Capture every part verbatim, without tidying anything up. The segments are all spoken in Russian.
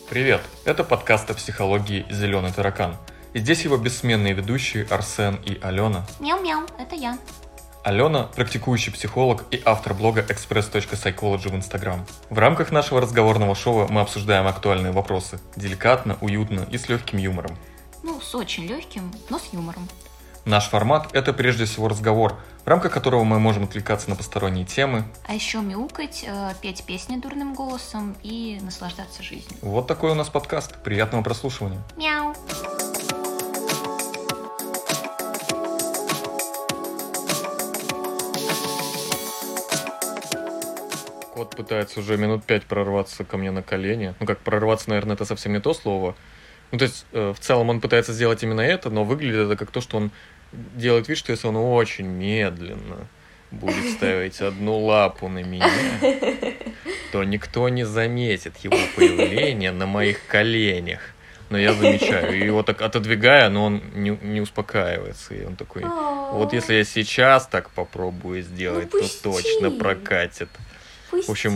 Привет! Это подкаст о психологии «Зеленый таракан». И здесь его бессменные ведущие Арсен и Алена. Мяу-мяу, это я. Алена – практикующий психолог и автор блога экспресс точка сайкологи в Инстаграм. В рамках нашего разговорного шоу мы обсуждаем актуальные вопросы. Деликатно, уютно и с легким юмором. Ну, с очень легким, но с юмором. Наш формат – это прежде всего разговор, в рамках которого мы можем отвлекаться на посторонние темы. А еще мяукать, э, петь песни дурным голосом и наслаждаться жизнью. Вот такой у нас подкаст. Приятного прослушивания. Мяу. Кот пытается уже минут пять прорваться ко мне на колени. Ну, как прорваться, наверное, это совсем не то слово. Ну, то есть, э, в целом он пытается сделать именно это, но выглядит это как то, что он делает вид, что если он очень медленно будет ставить одну лапу на меня, то никто не заметит его появления на моих коленях. Но я замечаю. И его так отодвигая, но он не, не успокаивается. И он такой, вот если я сейчас так попробую сделать, Ну, то точно прокатит. Пусти. В общем,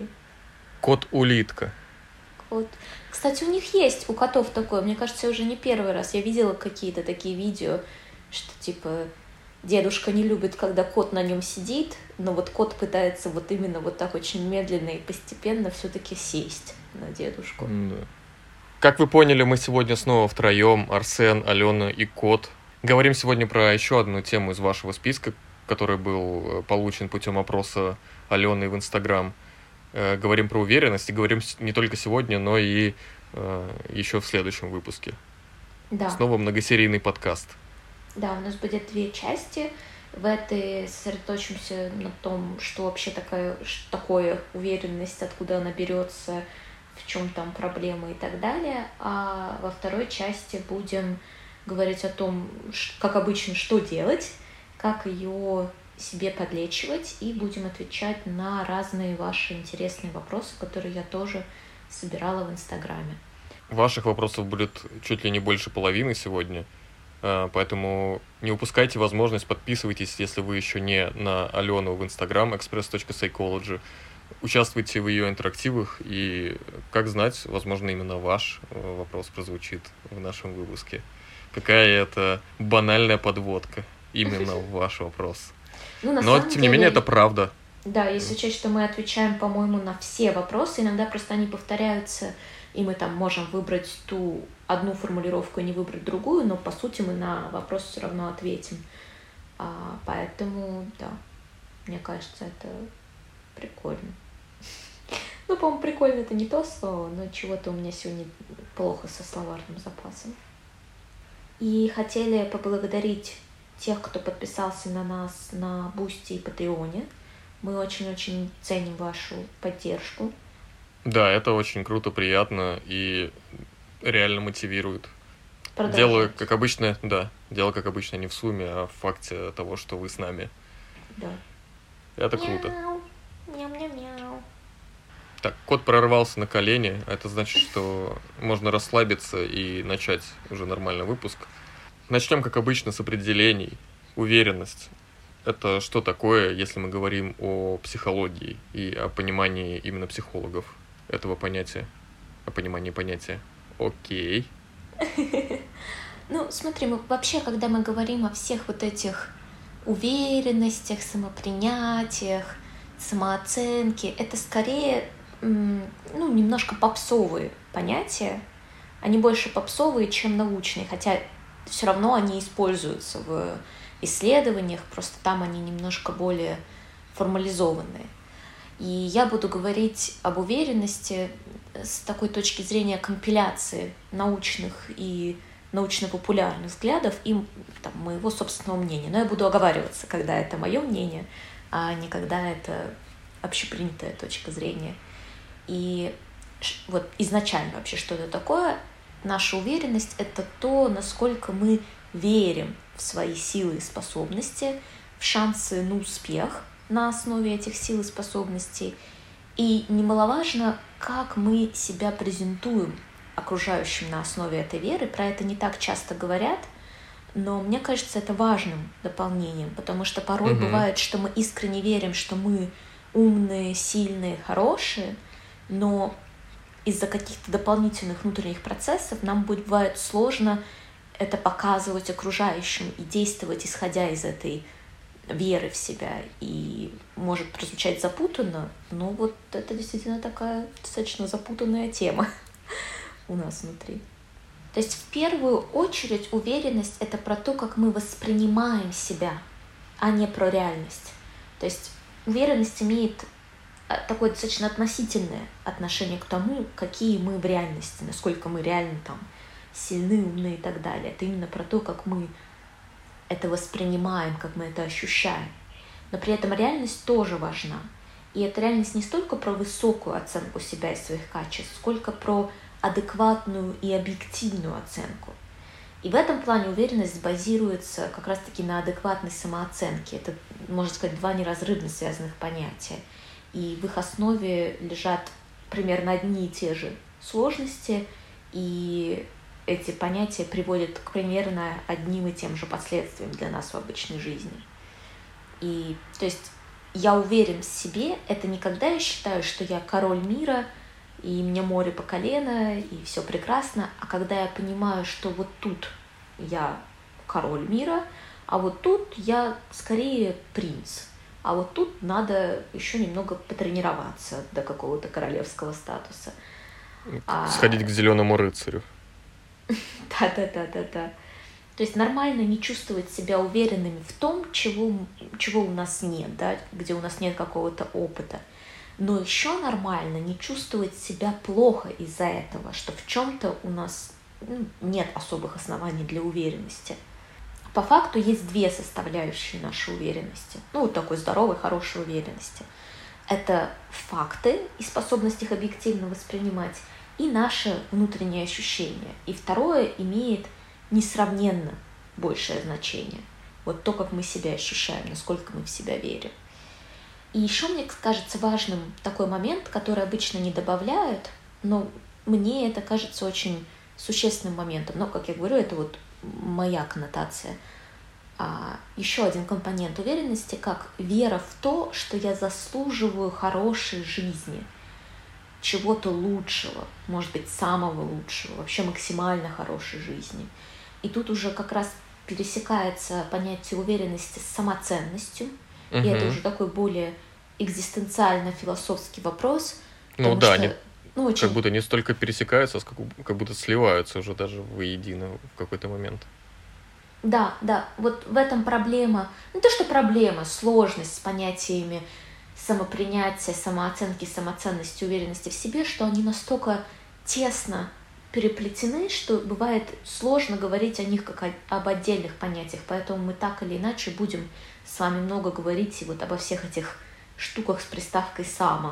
кот-улитка. Кот. Кстати, у них есть, у котов такое, мне кажется, уже не первый раз. Я видела какие-то такие видео, что типа дедушка не любит, когда кот на нем сидит, но вот кот пытается вот именно вот так очень медленно и постепенно все-таки сесть на дедушку. Да. Как вы поняли, мы сегодня снова втроем, Арсен, Алена и кот. Говорим сегодня про еще одну тему из вашего списка, который был получен путем опроса Алены в Инстаграм. Говорим про уверенность и говорим не только сегодня, но и э, еще в следующем выпуске. Да. Снова многосерийный подкаст. Да, у нас будет две части. В этой сосредоточимся на том, что вообще такая, что такое уверенность, откуда она берется, в чем там проблемы и так далее. А во второй части будем говорить о том, как обычно, что делать, как ее себе подлечивать, и будем отвечать на разные ваши интересные вопросы, которые я тоже собирала в Инстаграме. Ваших вопросов будет чуть ли не больше половины сегодня, поэтому не упускайте возможность, подписывайтесь, если вы еще не на Алену в Инстаграм, экспресс точка сайкологи, участвуйте в ее интерактивах, и, как знать, возможно, именно ваш вопрос прозвучит в нашем выпуске. Какая это банальная подводка именно в ваш вопрос. Ну, на Но, самом тем деле, не менее, это правда. Да, если учесть, что мы отвечаем, по-моему, на все вопросы, иногда просто они повторяются, и мы там можем выбрать ту одну формулировку и не выбрать другую, но, по сути, мы на вопрос все равно ответим. А, поэтому, да, мне кажется, это прикольно. Ну, по-моему, прикольно — это не то слово, но чего-то у меня сегодня плохо со словарным запасом. И хотели поблагодарить тех, кто подписался на нас на Бусти и Патреоне. Мы очень-очень ценим вашу поддержку. Да, это очень круто, приятно и реально мотивирует. Продолжать. Дело, как обычно, да, дело, как обычно, не в сумме, а в факте того, что вы с нами. Да. Это круто. Мяу. Мяу-мяу-мяу. Так, кот прорвался на колени, а это значит, что можно расслабиться и начать уже нормальный выпуск. Начнем, как обычно, с определений. Уверенность. Это что такое, если мы говорим о психологии и о понимании именно психологов этого понятия, о понимании понятия? Окей. Ну, смотри, мы вообще, когда мы говорим о всех вот этих уверенностях, самопринятиях, самооценке, это скорее, ну, немножко попсовые понятия. Они больше попсовые, чем научные, хотя все равно они используются в исследованиях, просто там они немножко более формализованные. И я буду говорить об уверенности с такой точки зрения компиляции научных и научно-популярных взглядов и там, моего собственного мнения. Но я буду оговариваться, когда это мое мнение, а не когда это общепринятая точка зрения. И вот изначально вообще что это такое? Наша уверенность — это то, насколько мы верим в свои силы и способности, в шансы на успех на основе этих сил и способностей. И немаловажно, как мы себя презентуем окружающим на основе этой веры. Про это не так часто говорят, но мне кажется, это важным дополнением, потому что порой угу. бывает, что мы искренне верим, что мы умные, сильные, хорошие, но из-за каких-то дополнительных внутренних процессов нам бывает сложно это показывать окружающим и действовать, исходя из этой веры в себя. И может прозвучать запутанно, но вот это действительно такая достаточно запутанная тема у нас внутри. То есть в первую очередь уверенность — это про то, как мы воспринимаем себя, а не про реальность. То есть уверенность имеет такое достаточно относительное отношение к тому, какие мы в реальности, насколько мы реально там сильны, умны и так далее. Это именно про то, как мы это воспринимаем, как мы это ощущаем. Но при этом реальность тоже важна. И эта реальность не столько про высокую оценку себя и своих качеств, сколько про адекватную и объективную оценку. И в этом плане уверенность базируется как раз-таки на адекватной самооценке. Это, можно сказать, два неразрывно связанных понятия. И в их основе лежат примерно одни и те же сложности, и эти понятия приводят к примерно одним и тем же последствиям для нас в обычной жизни. И, то есть, я уверен в себе, это не когда я считаю, что я король мира, и мне море по колено, и все прекрасно, а когда я понимаю, что вот тут я король мира, а вот тут я скорее принц, а вот тут надо еще немного потренироваться до какого-то королевского статуса. Сходить а... к зеленому рыцарю. Да-да-да-да-да. То есть нормально не чувствовать себя уверенными в том, чего, чего у нас нет, да, где у нас нет какого-то опыта. Но еще нормально не чувствовать себя плохо из-за этого, что в чем-то у нас ну, нет особых оснований для уверенности. По факту есть две составляющие нашей уверенности, ну вот такой здоровой, хорошей уверенности. Это факты и способность их объективно воспринимать, и наше внутреннее ощущение. И второе имеет несравненно большее значение. Вот то, как мы себя ощущаем, насколько мы в себя верим. И еще мне кажется важным такой момент, который обычно не добавляют, но мне это кажется очень существенным моментом. Но, как я говорю, это вот моя коннотация. А еще один компонент уверенности, как вера в то, что я заслуживаю хорошей жизни, чего-то лучшего, может быть, самого лучшего, вообще максимально хорошей жизни. И тут уже как раз пересекается понятие уверенности с самоценностью, угу. И это уже такой более экзистенциально-философский вопрос. Ну да, что, они ну, очень... как будто не столько пересекаются, как, как будто сливаются уже даже воедино в какой-то момент. Да, да, вот в этом проблема, не то что проблема, сложность с понятиями самопринятия, самооценки, самоценности, уверенности в себе, что они настолько тесно переплетены, что бывает сложно говорить о них как о, об отдельных понятиях, поэтому мы так или иначе будем с вами много говорить и вот обо всех этих штуках с приставкой «само»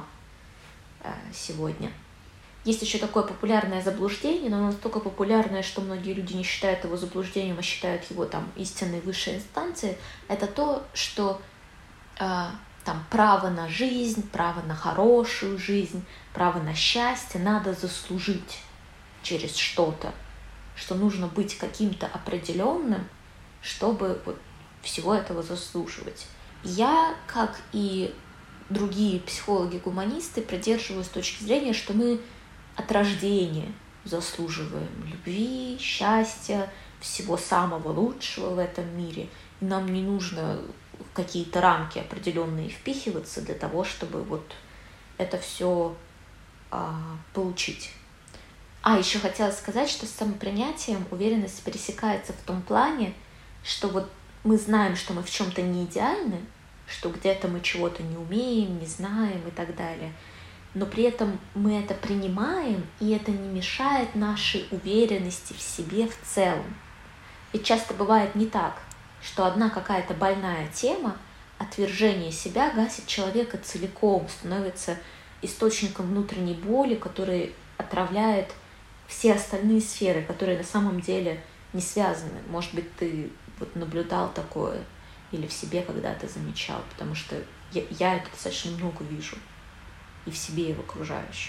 сегодня. Есть еще такое популярное заблуждение, но оно настолько популярное, что многие люди не считают его заблуждением, а считают его там истинной высшей инстанцией. Это то, что э, там право на жизнь, право на хорошую жизнь, право на счастье надо заслужить через что-то, что нужно быть каким-то определенным, чтобы вот всего этого заслуживать. Я, как и другие психологи-гуманисты, придерживаюсь точки зрения, что мы от рождения заслуживаем любви, счастья, всего самого лучшего в этом мире. И нам не нужно в какие-то рамки определенные впихиваться для того, чтобы вот это все а, получить. А, еще хотела сказать, что с самопринятием уверенность пересекается в том плане, что вот мы знаем, что мы в чем-то не идеальны, что где-то мы чего-то не умеем, не знаем и так далее. Но при этом мы это принимаем, и это не мешает нашей уверенности в себе в целом. Ведь часто бывает не так, что одна какая-то больная тема, отвержение себя гасит человека целиком, становится источником внутренней боли, который отравляет все остальные сферы, которые на самом деле не связаны. Может быть, ты вот наблюдал такое или в себе когда-то замечал, потому что я, я это достаточно много вижу и в себе, и в окружающих.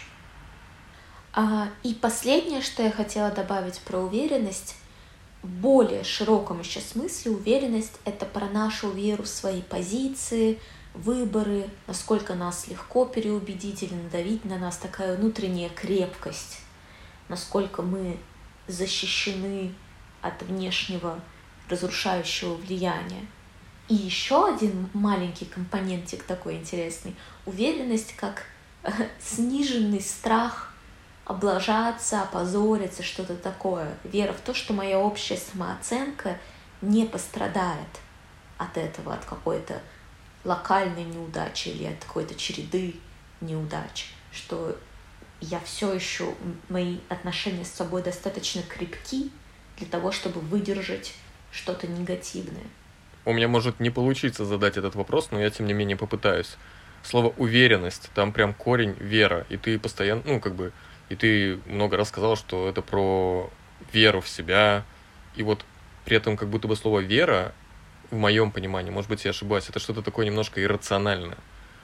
А, и последнее, что я хотела добавить про уверенность, в более широком еще смысле уверенность — это про нашу веру в свои позиции, выборы, насколько нас легко переубедить или надавить на нас, такая внутренняя крепкость, насколько мы защищены от внешнего разрушающего влияния. И еще один маленький компонентик такой интересный — уверенность как сниженный страх облажаться, опозориться, что-то такое. Вера в то, что моя общая самооценка не пострадает от этого, от какой-то локальной неудачи или от какой-то череды неудач, что я все еще, мои отношения с собой достаточно крепки для того, чтобы выдержать что-то негативное. У меня может не получиться задать этот вопрос, но я тем не менее попытаюсь. Слово «уверенность», там прям корень «вера», и ты постоянно, ну, как бы, и ты много раз сказал, что это про веру в себя, и вот при этом как будто бы слово «вера», в моем понимании, может быть, я ошибаюсь, это что-то такое немножко иррациональное.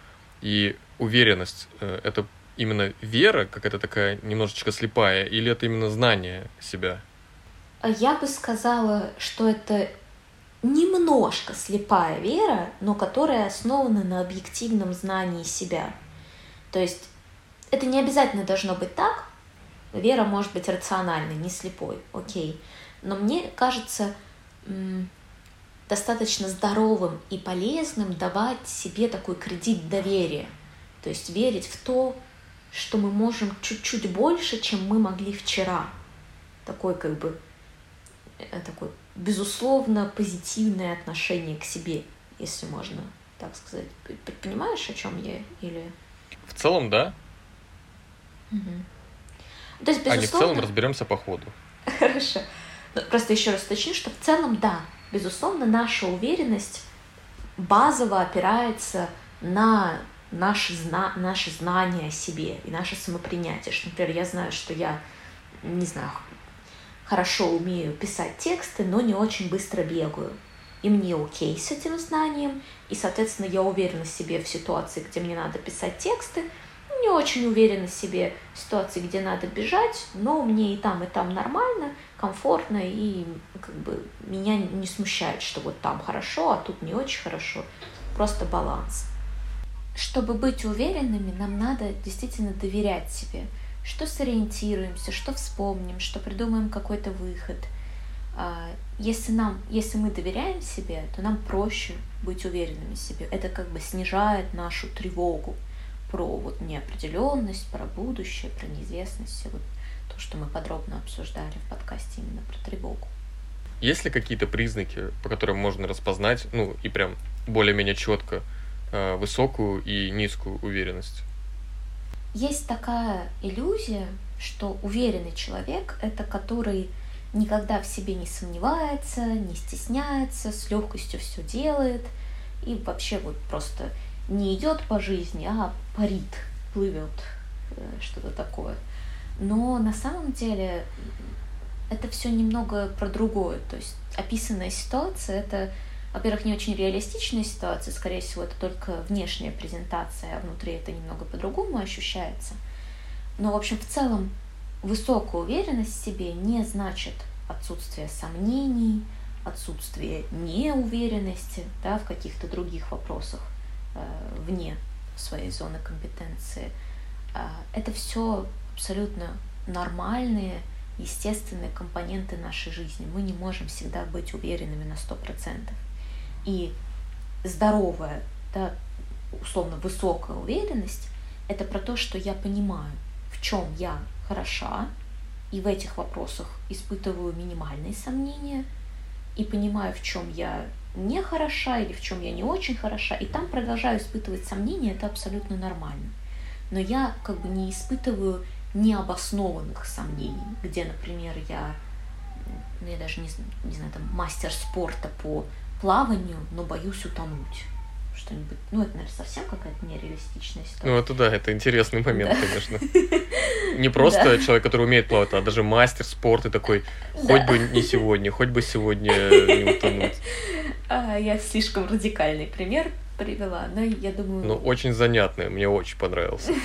И уверенность — это именно вера, какая-то такая немножечко слепая, или это именно знание себя? Я бы сказала, что это немножко слепая вера, но которая основана на объективном знании себя. То есть это не обязательно должно быть так. Вера может быть рациональной, не слепой, окей. Но мне кажется м- достаточно здоровым и полезным давать себе такой кредит доверия. То есть верить в то, что мы можем чуть-чуть больше, чем мы могли вчера. Такой как бы такой безусловно позитивное отношение к себе, если можно так сказать. Понимаешь, о чем я? Или... В целом, да. Угу. То есть, безусловно... А не в целом, разберемся по ходу. Хорошо. Но просто еще раз уточню, что в целом, да, безусловно, наша уверенность базово опирается на наши, зна... наши знания о себе и наше самопринятие. Что, например, я знаю, что я, не знаю, хорошо умею писать тексты, но не очень быстро бегаю. И мне окей с этим знанием, и, соответственно, я уверена в себе в ситуации, где мне надо писать тексты, не очень уверена в себе в ситуации, где надо бежать, но мне и там, и там нормально, комфортно, и как бы меня не смущает, что вот там хорошо, а тут не очень хорошо. Просто баланс. Чтобы быть уверенными, нам надо действительно доверять себе. Что сориентируемся, что вспомним, что придумаем какой-то выход. Если, нам, если мы доверяем себе, то нам проще быть уверенными в себе. Это как бы снижает нашу тревогу про вот неопределенность, про будущее, про неизвестность. Вот то, что мы подробно обсуждали в подкасте именно про тревогу. Есть ли какие-то признаки, по которым можно распознать, ну и прям более-менее четко, высокую и низкую уверенность? Есть такая иллюзия, что уверенный человек — это который никогда в себе не сомневается, не стесняется, с легкостью все делает и вообще вот просто не идет по жизни, а парит, плывет, что-то такое. Но на самом деле это все немного про другое. То есть описанная ситуация — это, во-первых, не очень реалистичная ситуация, скорее всего, это только внешняя презентация, а внутри это немного по-другому ощущается. Но, в общем, в целом, высокая уверенность в себе не значит отсутствие сомнений, отсутствие неуверенности, да, в каких-то других вопросах э, вне своей зоны компетенции. Э, это все абсолютно нормальные, естественные компоненты нашей жизни. Мы не можем всегда быть уверенными на сто процентов. И здоровая, да, условно высокая уверенность — это про то, что я понимаю, в чем я хороша, и в этих вопросах испытываю минимальные сомнения, и понимаю, в чем я не хороша или в чем я не очень хороша, и там продолжаю испытывать сомнения, это абсолютно нормально. Но я как бы не испытываю необоснованных сомнений, где, например, я, ну, я даже не, не знаю, там, мастер спорта по плаванию, но боюсь утонуть. Что-нибудь, ну, это, наверное, совсем какая-то нереалистичная ситуация. Ну, это да, это интересный момент, да. Конечно. Не просто да. Человек, который умеет плавать, а даже мастер спорта такой, хоть да. бы не сегодня, хоть бы сегодня не утонуть. А, я слишком радикальный пример привела, но я думаю... Ну, очень занятный, мне очень понравился.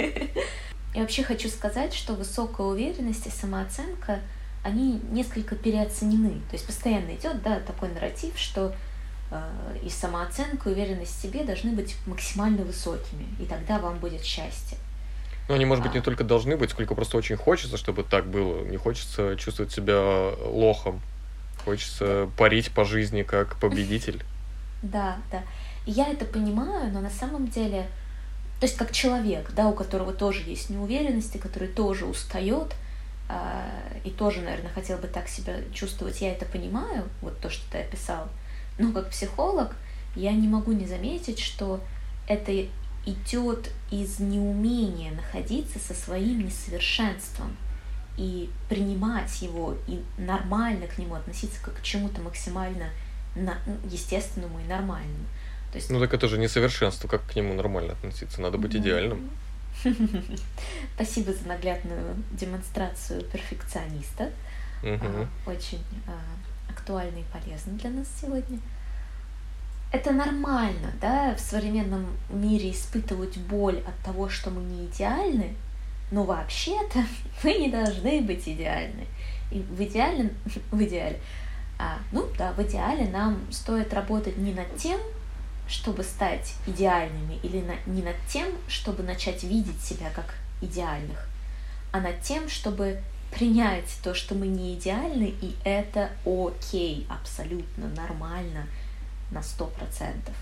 Я вообще хочу сказать, что высокая уверенность и самооценка, они несколько переоценены. То есть постоянно идет, да, такой нарратив, что и самооценка, и уверенность в себе должны быть максимально высокими, и тогда вам будет счастье. Ну, они, может быть, не только должны быть, сколько просто очень хочется, чтобы так было. Не хочется чувствовать себя лохом. Хочется парить по жизни как победитель. Да, да. И я это понимаю, но на самом деле, то есть как человек, да, у которого тоже есть неуверенности, который тоже устает, и тоже, наверное, хотел бы так себя чувствовать, я это понимаю, вот то, что ты описал. Но как психолог я не могу не заметить, что это идет из неумения находиться со своим несовершенством и принимать его, и нормально к нему относиться как к чему-то максимально естественному и нормальному. То есть... Ну так это же несовершенство, как к нему нормально относиться? Надо быть идеальным. Спасибо за наглядную демонстрацию перфекциониста. Угу. Очень актуально и полезно для нас сегодня. Это нормально, да, в современном мире испытывать боль от того, что мы не идеальны, но вообще-то мы не должны быть идеальны. И в идеале, в идеале, а, ну да, в идеале нам стоит работать не над тем, чтобы стать идеальными, или на, не над тем, чтобы начать видеть себя как идеальных, а над тем, чтобы принять то, что мы не идеальны, и это окей, абсолютно нормально, на сто процентов.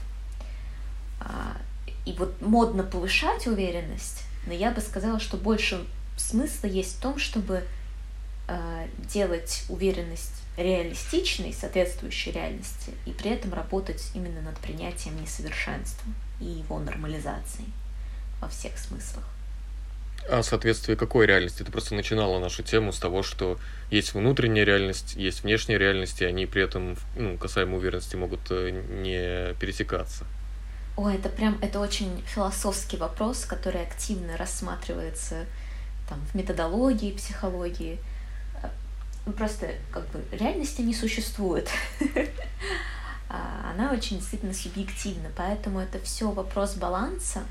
И вот модно повышать уверенность, но я бы сказала, что больше смысла есть в том, чтобы делать уверенность реалистичной, соответствующей реальности, и при этом работать именно над принятием несовершенства и его нормализацией во всех смыслах. А соответствие какой реальности? Ты просто начинала нашу тему с того, что есть внутренняя реальность, есть внешняя реальность, и они при этом, ну, касаемо уверенности, могут не пересекаться. О, это прям, это очень философский вопрос, который активно рассматривается там, в методологии, психологии. Просто как бы реальности не существует. Она очень действительно субъективна, поэтому это все вопрос баланса,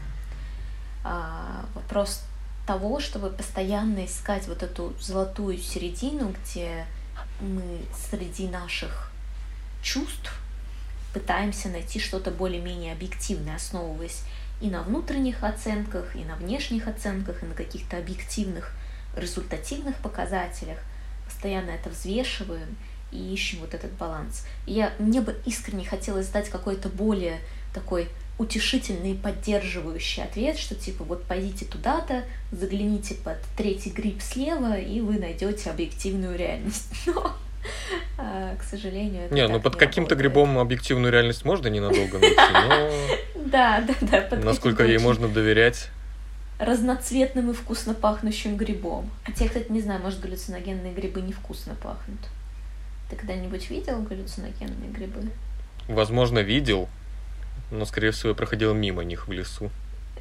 вопрос того, чтобы постоянно искать вот эту золотую середину, где мы среди наших чувств пытаемся найти что-то более-менее объективное, основываясь и на внутренних оценках, и на внешних оценках, и на каких-то объективных результативных показателях. Постоянно это взвешиваем и ищем вот этот баланс. И я, мне бы искренне хотелось дать какой-то более такой утешительный и поддерживающий ответ, что типа вот пойдите туда-то, загляните под третий гриб слева, и вы найдете объективную реальность. Но, к сожалению, это Не, ну под каким-то грибом объективную реальность можно ненадолго найти, но... Да, да, да. Насколько ей можно доверять? Разноцветным и вкусно пахнущим грибом. Хотя, кстати, не знаю, может, галлюциногенные грибы невкусно пахнут. Ты когда-нибудь видел галлюциногенные грибы? Возможно, видел, но, скорее всего, я проходила мимо них в лесу.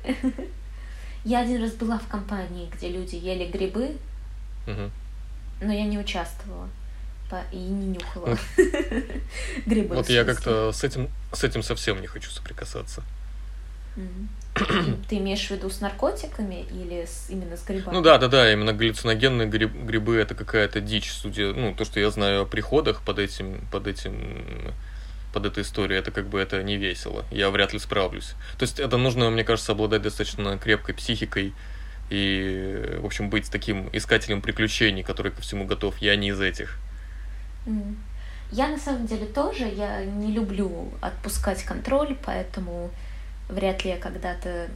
Я один раз была в компании, где люди ели грибы, угу. но я не участвовала и не нюхала грибы. Вот я как-то с этим, с этим совсем не хочу соприкасаться. Ты имеешь в виду с наркотиками или с, именно с грибами? Ну да, да, да, именно галлюциногенные гриб, грибы это какая-то дичь, судя, ну то, что я знаю о приходах под этим, под этим, под этой историей, это как бы это не весело. Я вряд ли справлюсь. То есть это нужно, мне кажется, обладать достаточно крепкой психикой и, в общем, быть таким искателем приключений, который ко всему готов. Я не из этих. Я на самом деле тоже, я не люблю отпускать контроль, поэтому вряд ли я когда-то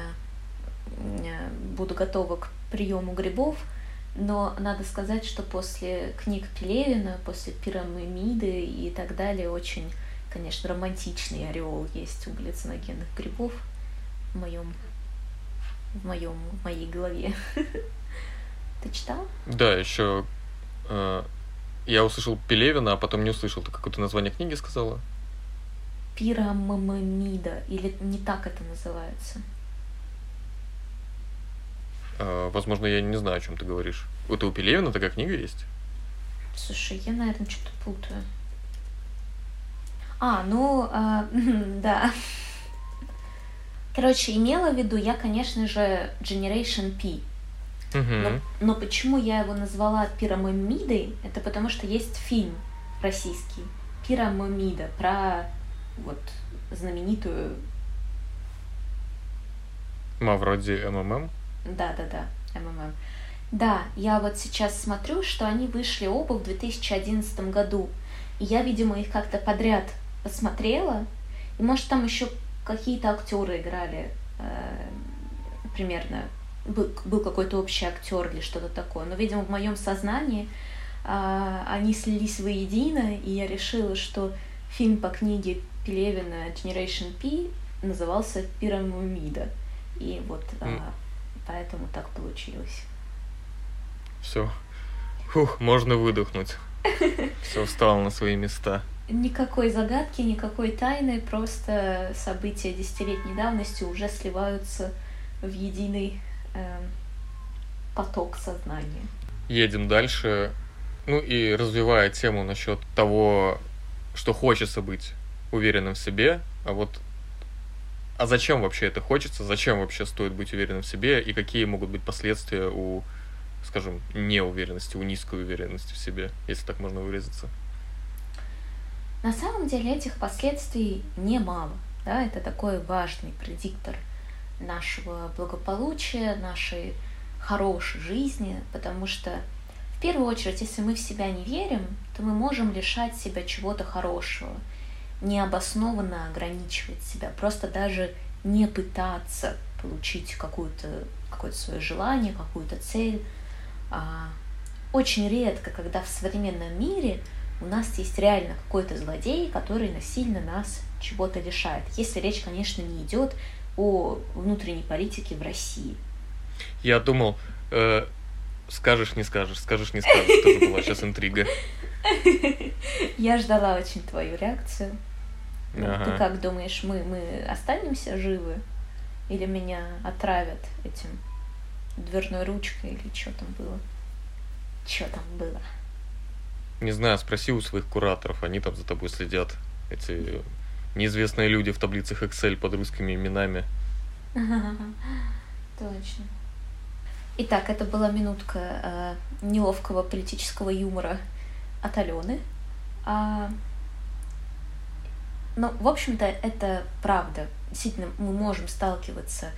буду готова к приему грибов, но надо сказать, что после книг Пелевина, после «Пирамиды» и так далее, очень, конечно, романтичный ореол есть у галлюциногенных грибов в моем, в моем, в моей голове. Ты читал? Да, еще э, я услышал Пелевина, а потом не услышал. Ты какое-то название книги сказала? Пирамида, или не так это называется? А, возможно, я не знаю, о чем ты говоришь. Это у Пелевина такая книга есть? Слушай, я, наверное, что-то путаю. А, ну, а, да. Короче, имела в виду я, конечно же, Generation P. Угу. Но, но почему я его назвала пирамидой? Это потому что есть фильм российский «Пирамида» про вот знаменитую... Ма, вроде эм эм эм? Да-да-да, эм эм эм. Да, я вот сейчас смотрю, что они вышли оба в две тысячи одиннадцатом году. И я, видимо, их как-то подряд посмотрела. И, может, там еще какие-то актеры играли э, примерно. Был, был какой-то общий актер или что-то такое. Но, видимо, в моем сознании э, они слились воедино, и я решила, что фильм по книге Пелевина Generation P назывался «Пирамида». И вот mm. э, поэтому так получилось. Все. Фух, можно выдохнуть. Все встало на свои места. Никакой загадки, никакой тайны, просто события десятилетней давности уже сливаются в единый э, поток сознания. Едем дальше. Ну и развивая тему насчет того, что хочется быть уверенным в себе, а вот а зачем вообще это хочется, зачем вообще стоит быть уверенным в себе и какие могут быть последствия у, скажем, неуверенности, у низкой уверенности в себе, если так можно выразиться. На самом деле этих последствий немало. Да? Это такой важный предиктор нашего благополучия, нашей хорошей жизни, потому что в первую очередь, если мы в себя не верим, то мы можем лишать себя чего-то хорошего, необоснованно ограничивать себя, просто даже не пытаться получить какую-то, какое-то свое желание, какую-то цель. Очень редко, когда в современном мире у нас есть реально какой-то злодей, который насильно нас чего-то лишает. Если речь, конечно, не идет о внутренней политике в России. Я думал, э, скажешь, не скажешь, скажешь, не скажешь, тоже была сейчас интрига. Я ждала очень твою реакцию. Ага. Ты как думаешь, мы, мы останемся живы? Или меня отравят этим дверной ручкой? Или что там было? Что там было? Не знаю, спроси у своих кураторов, они там за тобой следят. Эти неизвестные люди в таблицах Excel под русскими именами. Точно. Итак, это была минутка э, неловкого политического юмора от Алены. А, ну, в общем-то, это правда. Действительно, мы можем сталкиваться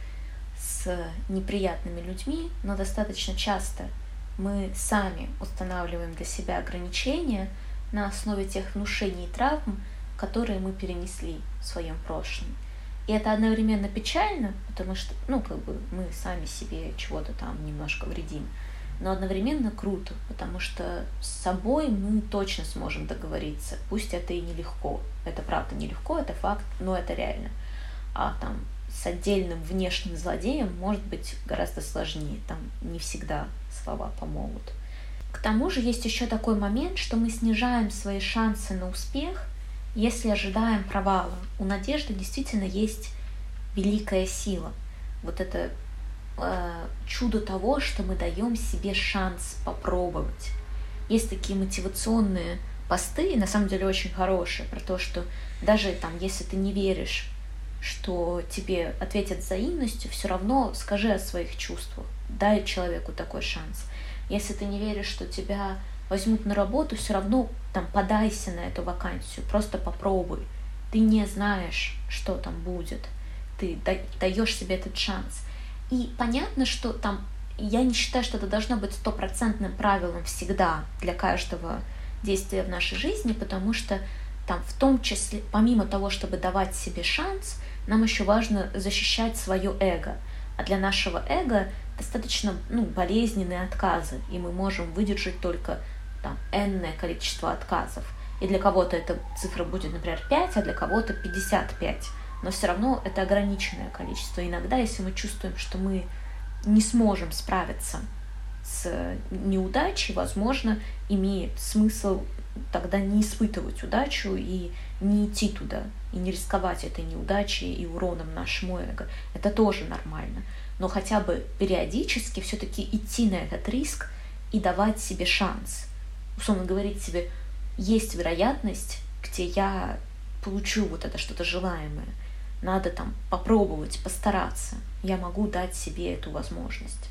с неприятными людьми, но достаточно часто мы сами устанавливаем для себя ограничения на основе тех внушений и травм, которые мы перенесли в своем прошлом. И это одновременно печально, потому что, ну, как бы мы сами себе чего-то там немножко вредим, но одновременно круто, потому что с собой мы точно сможем договориться. Пусть это и нелегко. Это правда нелегко, это факт, но это реально. А там с отдельным внешним злодеем может быть гораздо сложнее. Там не всегда слова помогут. К тому же есть еще такой момент, что мы снижаем свои шансы на успех, если ожидаем провала. У надежды действительно есть великая сила. Вот это э, чудо того, что мы даем себе шанс попробовать. Есть такие мотивационные посты, на самом деле очень хорошие, про то, что даже там, если ты не веришь, что тебе ответят взаимностью, все равно скажи о своих чувствах, дай человеку такой шанс. Если ты не веришь, что тебя возьмут на работу, все равно там подайся на эту вакансию, просто попробуй. Ты не знаешь, что там будет. Ты даешь себе этот шанс. И понятно, что там, я не считаю, что это должно быть стопроцентным правилом всегда для каждого действия в нашей жизни, потому что там в том числе, помимо того, чтобы давать себе шанс, нам еще важно защищать свое эго. А для нашего эго достаточно ну, болезненные отказы, и мы можем выдержать только там энное количество отказов. И для кого-то эта цифра будет, например, пять, а для кого-то пятьдесят пять. Но все равно это ограниченное количество. Иногда, если мы чувствуем, что мы не сможем справиться с неудачей, возможно, имеет смысл тогда не испытывать удачу и не идти туда, и не рисковать этой неудачей и уроном нашему эго. Это тоже нормально. Но хотя бы периодически все-таки идти на этот риск и давать себе шанс. Условно говорить себе, есть вероятность, где я получу вот это что-то желаемое. Надо там попробовать, постараться. Я могу дать себе эту возможность.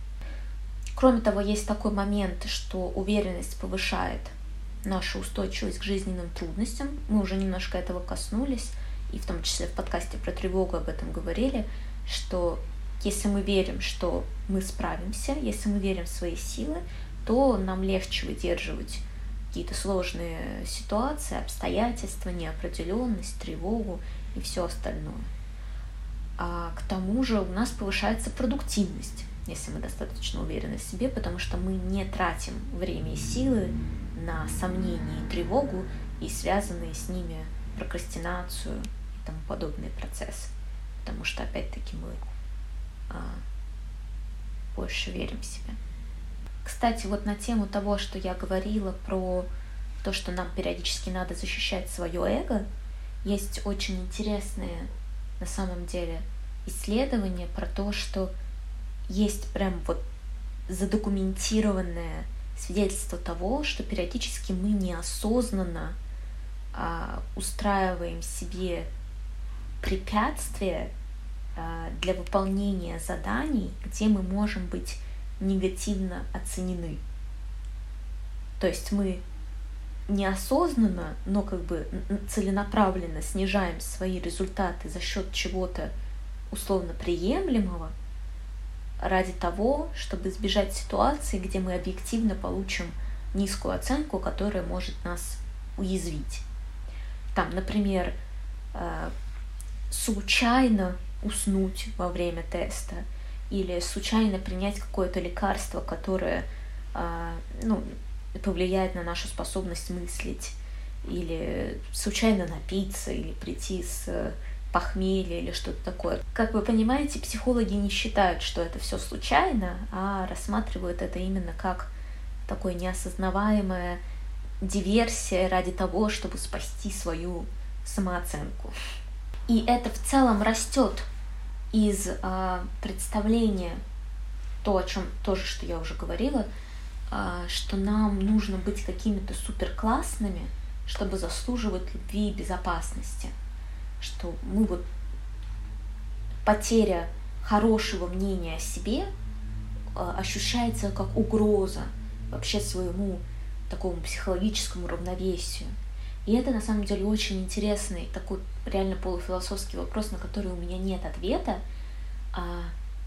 Кроме того, есть такой момент, что уверенность повышает нашу устойчивость к жизненным трудностям. Мы уже немножко этого коснулись. и в том числе в подкасте про тревогу об этом говорили, что если мы верим, что мы справимся, если мы верим в свои силы, то нам легче выдерживать какие-то сложные ситуации, обстоятельства, неопределенность, тревогу и все остальное. А к тому же у нас повышается продуктивность, если мы достаточно уверены в себе, потому что мы не тратим время и силы на сомнения и тревогу и связанные с ними прокрастинацию и тому подобные процессы, потому что опять-таки мы а, больше верим в себя. Кстати, вот на тему того, что я говорила про то, что нам периодически надо защищать свое эго, есть очень интересные, на самом деле, исследования про то, что есть прям вот задокументированное свидетельство того, что периодически мы неосознанно а, устраиваем себе препятствия а, для выполнения заданий, где мы можем быть негативно оценены. То есть мы неосознанно, но как бы целенаправленно снижаем свои результаты за счет чего-то условно приемлемого ради того, чтобы избежать ситуации, где мы объективно получим низкую оценку, которая может нас уязвить. Там, например, случайно уснуть во время теста или случайно принять какое-то лекарство, которое ну, повлияет на нашу способность мыслить, или случайно напиться, или прийти с похмелья или что-то такое. Как вы понимаете, психологи не считают, что это все случайно, а рассматривают это именно как такое неосознаваемая диверсия ради того, чтобы спасти свою самооценку. И это в целом растет из а, представления, то, о чем тоже, что я уже говорила, а, что нам нужно быть какими-то суперклассными, чтобы заслуживать любви и безопасности. Что мы вот потеря хорошего мнения о себе а, ощущается как угроза вообще своему такому психологическому равновесию. И это на самом деле очень интересный такой реально полуфилософский вопрос, на который у меня нет ответа. А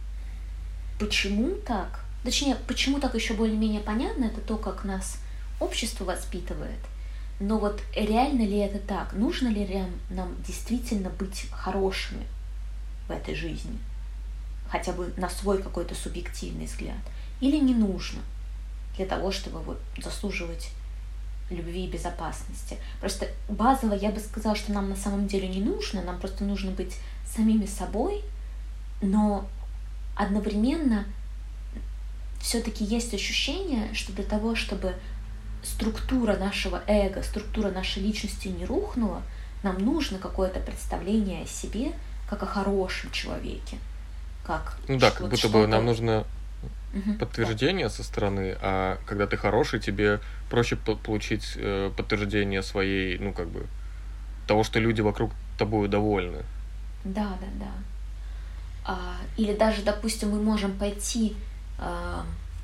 почему так? Точнее, почему так еще более-менее понятно, это то, как нас общество воспитывает. Но вот реально ли это так? Нужно ли нам действительно быть хорошими в этой жизни? Хотя бы на свой какой-то субъективный взгляд. Или не нужно для того, чтобы вот заслуживать любви и безопасности? Просто базово я бы сказала, что нам на самом деле не нужно, нам просто нужно быть самими собой, но одновременно все-таки есть ощущение, что для того, чтобы структура нашего эго, структура нашей личности не рухнула, нам нужно какое-то представление о себе как о хорошем человеке. Как ну да, как вот будто бы нам нужно угу, подтверждение да. со стороны, а когда ты хороший, тебе проще получить э, подтверждение своей, ну как бы, того, что люди вокруг тобой довольны. Да, да, да. А, или даже, допустим, мы можем пойти... А,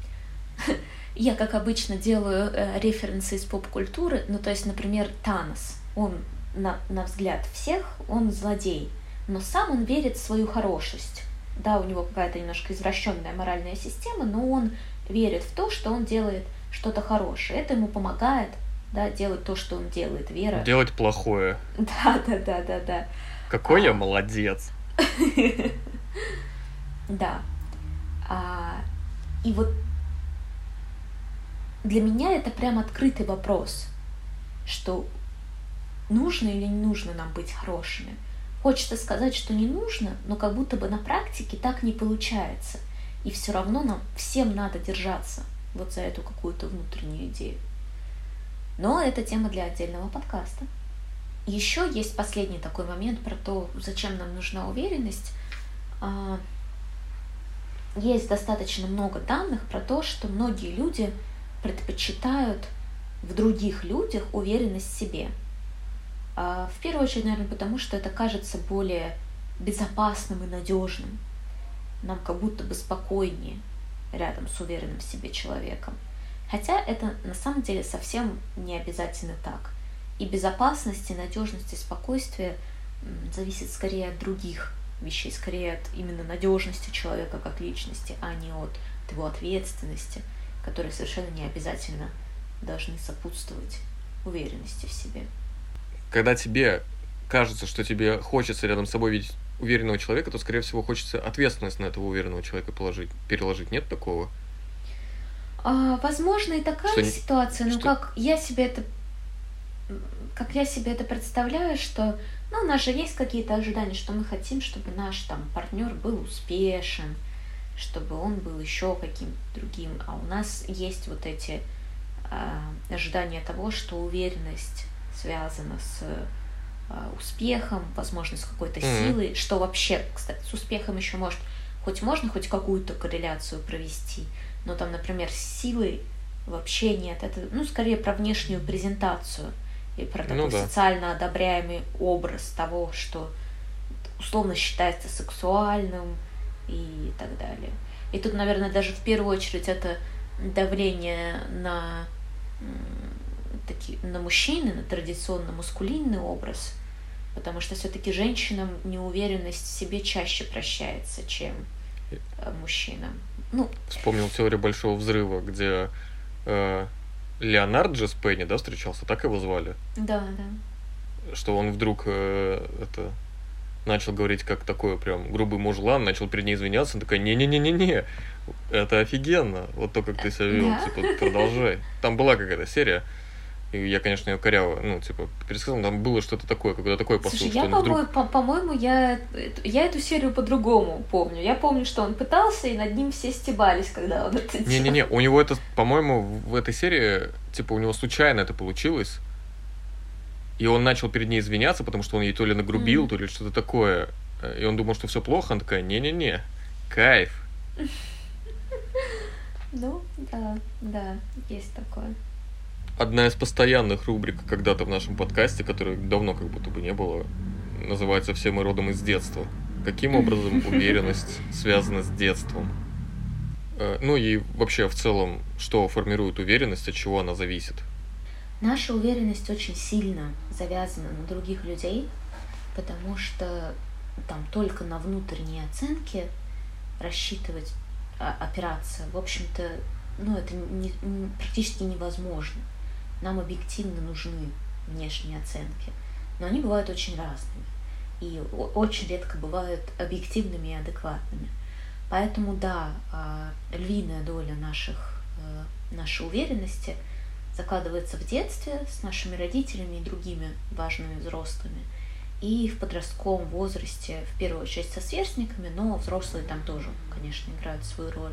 я, как обычно, делаю э, референсы из поп-культуры, ну, то есть, например, Танос, он, на, на взгляд всех, он злодей, но сам он верит в свою хорошесть. Да, у него какая-то немножко извращенная моральная система, но он верит в то, что он делает что-то хорошее. Это ему помогает, да, делать то, что он делает, вера. Делать плохое. Да, да, да, да, да. Какой а... я молодец. Да. И вот для меня это прям открытый вопрос, что нужно или не нужно нам быть хорошими. Хочется сказать, что не нужно, но как будто бы на практике так не получается. И все равно нам всем надо держаться вот за эту какую-то внутреннюю идею. Но это тема для отдельного подкаста. Еще есть последний такой момент про то, зачем нам нужна уверенность. Есть достаточно много данных про то, что многие люди предпочитают в других людях уверенность в себе. В первую очередь, наверное, потому что это кажется более безопасным и надежным. Нам как будто бы спокойнее рядом с уверенным в себе человеком. Хотя это на самом деле совсем не обязательно так. И безопасность, и надежность, и спокойствие зависит скорее от других вещей, скорее от именно надежности человека как личности, а не от его ответственности, которые совершенно не обязательно должны сопутствовать уверенности в себе. Когда тебе кажется, что тебе хочется рядом с собой видеть уверенного человека, то, скорее всего, хочется ответственность на этого уверенного человека положить, переложить. Нет такого? А, возможно, и такая Что, ситуация, но что... как я себе это, как я себе это представляю, что, ну, у нас же есть какие-то ожидания, что мы хотим, чтобы наш там партнер был успешен, чтобы он был еще каким-то другим, а у нас есть вот эти а, ожидания того, что уверенность связана с а, успехом, возможно, с какой-то mm-hmm. силой, что вообще, кстати, с успехом еще может, хоть можно хоть какую-то корреляцию провести, но там, например, с силой вообще нет. Это, ну, скорее про внешнюю презентацию и про такой ну, да. социально одобряемый образ того, что условно считается сексуальным и так далее. И тут, наверное, даже в первую очередь это давление на, таки, на мужчины, на традиционно маскулинный образ, потому что все-таки женщинам неуверенность в себе чаще прощается, чем мужчинам. Ну, вспомнил теорию Большого взрыва, где э, Леонард Джес Пенни, да, встречался, так его звали? Да, да. Что он вдруг э, это начал говорить как такой прям грубый мужлан, начал перед ней извиняться, он такая, не-не-не-не-не, это офигенно, вот то, как ты себя вел, да? Типа, продолжай. Там была какая-то серия, и я, конечно, ее коряво, ну, типа, пересказал, там было что-то такое, какой-то такой посыл. Слушай, что я, он по-моему, вдруг... по- по-моему, я, я эту серию по-другому помню. Я помню, что он пытался, и над ним все стебались, когда он это делал. Не-не-не, у него это, по-моему, в этой серии, типа, у него случайно это получилось, и он начал перед ней извиняться, потому что он ей то ли нагрубил, mm. то ли что-то такое, и он думал, что все плохо, она такая, не-не-не, кайф. Ну, да, да, есть такое. Одна из постоянных рубрик когда-то в нашем подкасте, которой давно как будто бы не было, называется «Все мы родом из детства». Каким образом уверенность связана с детством? Ну и вообще в целом, что формирует уверенность, от чего она зависит? Наша уверенность очень сильно завязана на других людей, потому что там только на внутренние оценки рассчитывать, опираться, в общем-то, ну это не, практически невозможно. Нам объективно нужны внешние оценки, но они бывают очень разными и очень редко бывают объективными и адекватными. Поэтому, да, львиная доля наших, нашей уверенности закладывается в детстве с нашими родителями и другими важными взрослыми, и в подростковом возрасте, в первую очередь, со сверстниками, но взрослые там тоже, конечно, играют свою роль.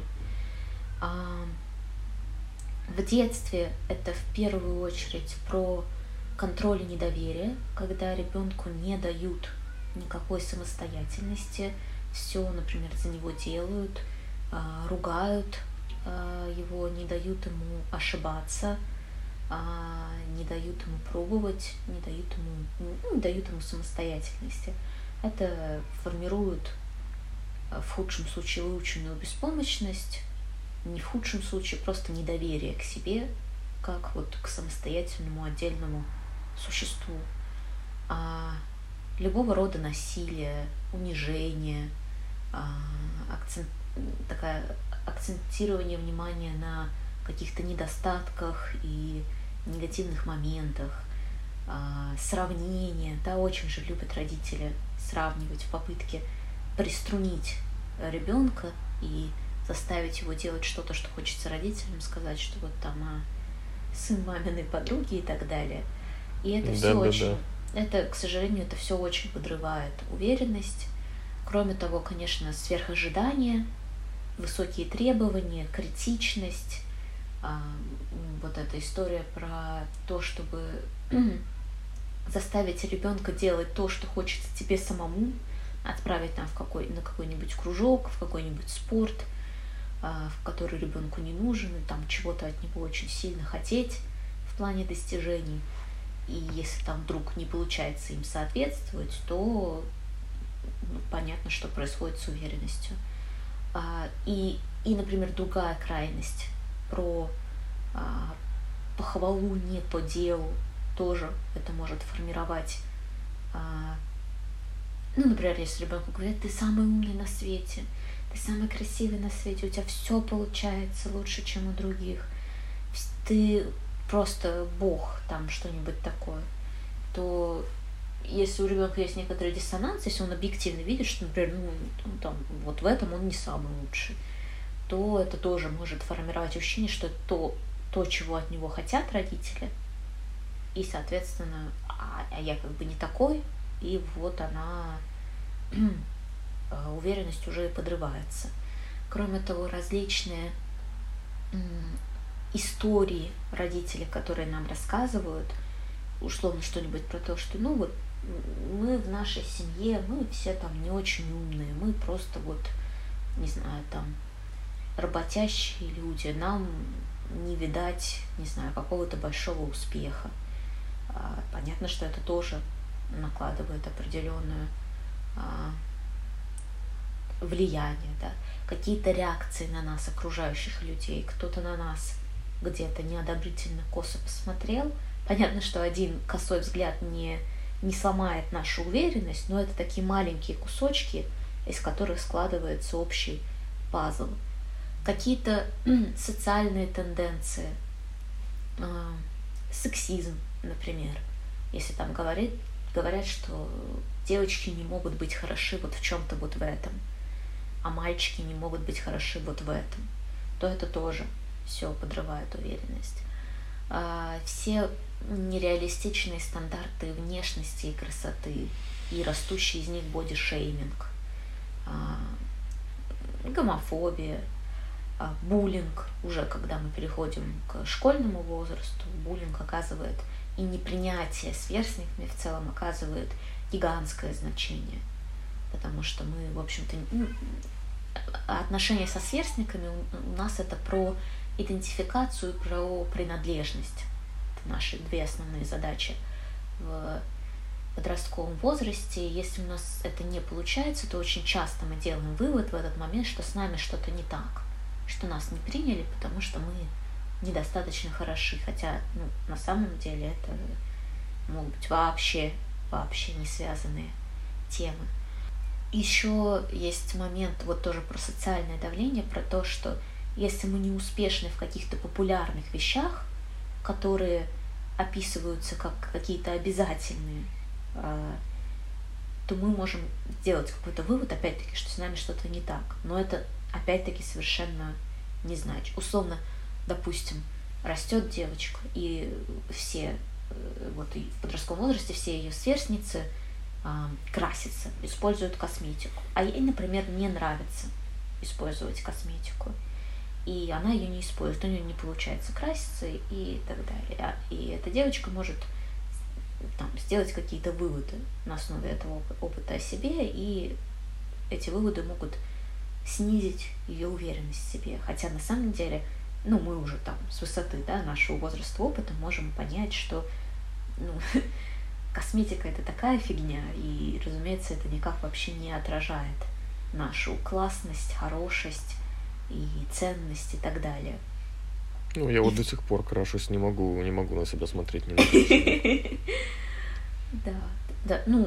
В детстве это в первую очередь про контроль и недоверие, когда ребенку не дают никакой самостоятельности, все, например, за него делают, ругают его, не дают ему ошибаться, не дают ему пробовать, не дают ему, ну, не дают ему самостоятельности. Это формирует в худшем случае выученную беспомощность, не в худшем случае просто недоверие к себе, как вот к самостоятельному отдельному существу. А любого рода насилие, унижение, а, акцент, такая, акцентирование внимания на каких-то недостатках и негативных моментах, а, сравнение, да, очень же любят родители сравнивать в попытке приструнить ребенка и заставить его делать что-то, что хочется родителям сказать, что вот там а, сын маминой подруги и так далее. И это да, все да, очень, да. это, к сожалению, это все очень подрывает уверенность. Кроме того, конечно, сверхожидания, высокие требования, критичность, а, вот эта история про то, чтобы заставить ребенка делать то, что хочется тебе самому, отправить там в какой, на какой-нибудь кружок, в какой-нибудь спорт, в который ребенку не нужен, и там чего-то от него очень сильно хотеть в плане достижений. И если там вдруг не получается им соответствовать, то ну, понятно, что происходит с уверенностью. И, и, например, другая крайность про похвалу не по делу, тоже это может формировать Ну, например, если ребенку говорят, ты самый умный на свете, ты самый красивый на свете, у тебя все получается лучше, чем у других, ты просто бог, там что-нибудь такое, то если у ребенка есть некоторый диссонанс, если он объективно видит, что, например, ну, там, вот в этом он не самый лучший, то это тоже может формировать ощущение, что это то, то, чего от него хотят родители, и, соответственно, а, а я как бы не такой, и вот она, уверенность уже подрывается. Кроме того, различные истории родителей, которые нам рассказывают, условно что-нибудь про то, что ну вот мы в нашей семье, мы все там не очень умные, мы просто вот, не знаю, там, работящие люди, нам не видать, не знаю, какого-то большого успеха. Понятно, что это тоже накладывает определенное влияние, да, какие-то реакции на нас, окружающих людей, кто-то на нас где-то неодобрительно косо посмотрел. Понятно, что один косой взгляд не, не сломает нашу уверенность, но это такие маленькие кусочки, из которых складывается общий пазл. Какие-то социальные тенденции, э, сексизм, например, если там говорит, говорят, что девочки не могут быть хороши вот в чем-то вот в этом, а мальчики не могут быть хороши вот в этом, то это тоже все подрывает уверенность. Э, все нереалистичные стандарты внешности и красоты и растущий из них бодишейминг, э, гомофобия, буллинг, уже когда мы переходим к школьному возрасту, буллинг оказывает, и непринятие сверстниками в целом оказывает гигантское значение, потому что мы, в общем-то, ну, отношения со сверстниками у нас это про идентификацию, про принадлежность. Это наши две основные задачи в подростковом возрасте. Если у нас это не получается, то очень часто мы делаем вывод в этот момент, что с нами что-то не так, что нас не приняли, потому что мы недостаточно хороши, хотя ну, на самом деле это могут быть вообще, вообще не связанные темы. Еще есть момент вот тоже про социальное давление, про то, что если мы не успешны в каких-то популярных вещах, которые описываются как какие-то обязательные, то мы можем сделать какой-то вывод, опять-таки, что с нами что-то не так. Но это опять-таки совершенно не значит. Условно, допустим, растет девочка, и все, вот и в подростковом возрасте все ее сверстницы а, красятся, используют косметику. А ей, например, не нравится использовать косметику. И она ее не использует, у нее не получается краситься и так далее. И эта девочка может там, сделать какие-то выводы на основе этого опыта о себе, и эти выводы могут снизить ее уверенность в себе. Хотя на самом деле, ну, мы уже там с высоты, да, нашего возраста опыта можем понять, что ну, косметика это такая фигня, и, разумеется, это никак вообще не отражает нашу классность, хорошесть и ценность и так далее. Ну, я вот до сих пор крашусь, не могу, не могу на себя смотреть, не накрашенным. Да, да, ну,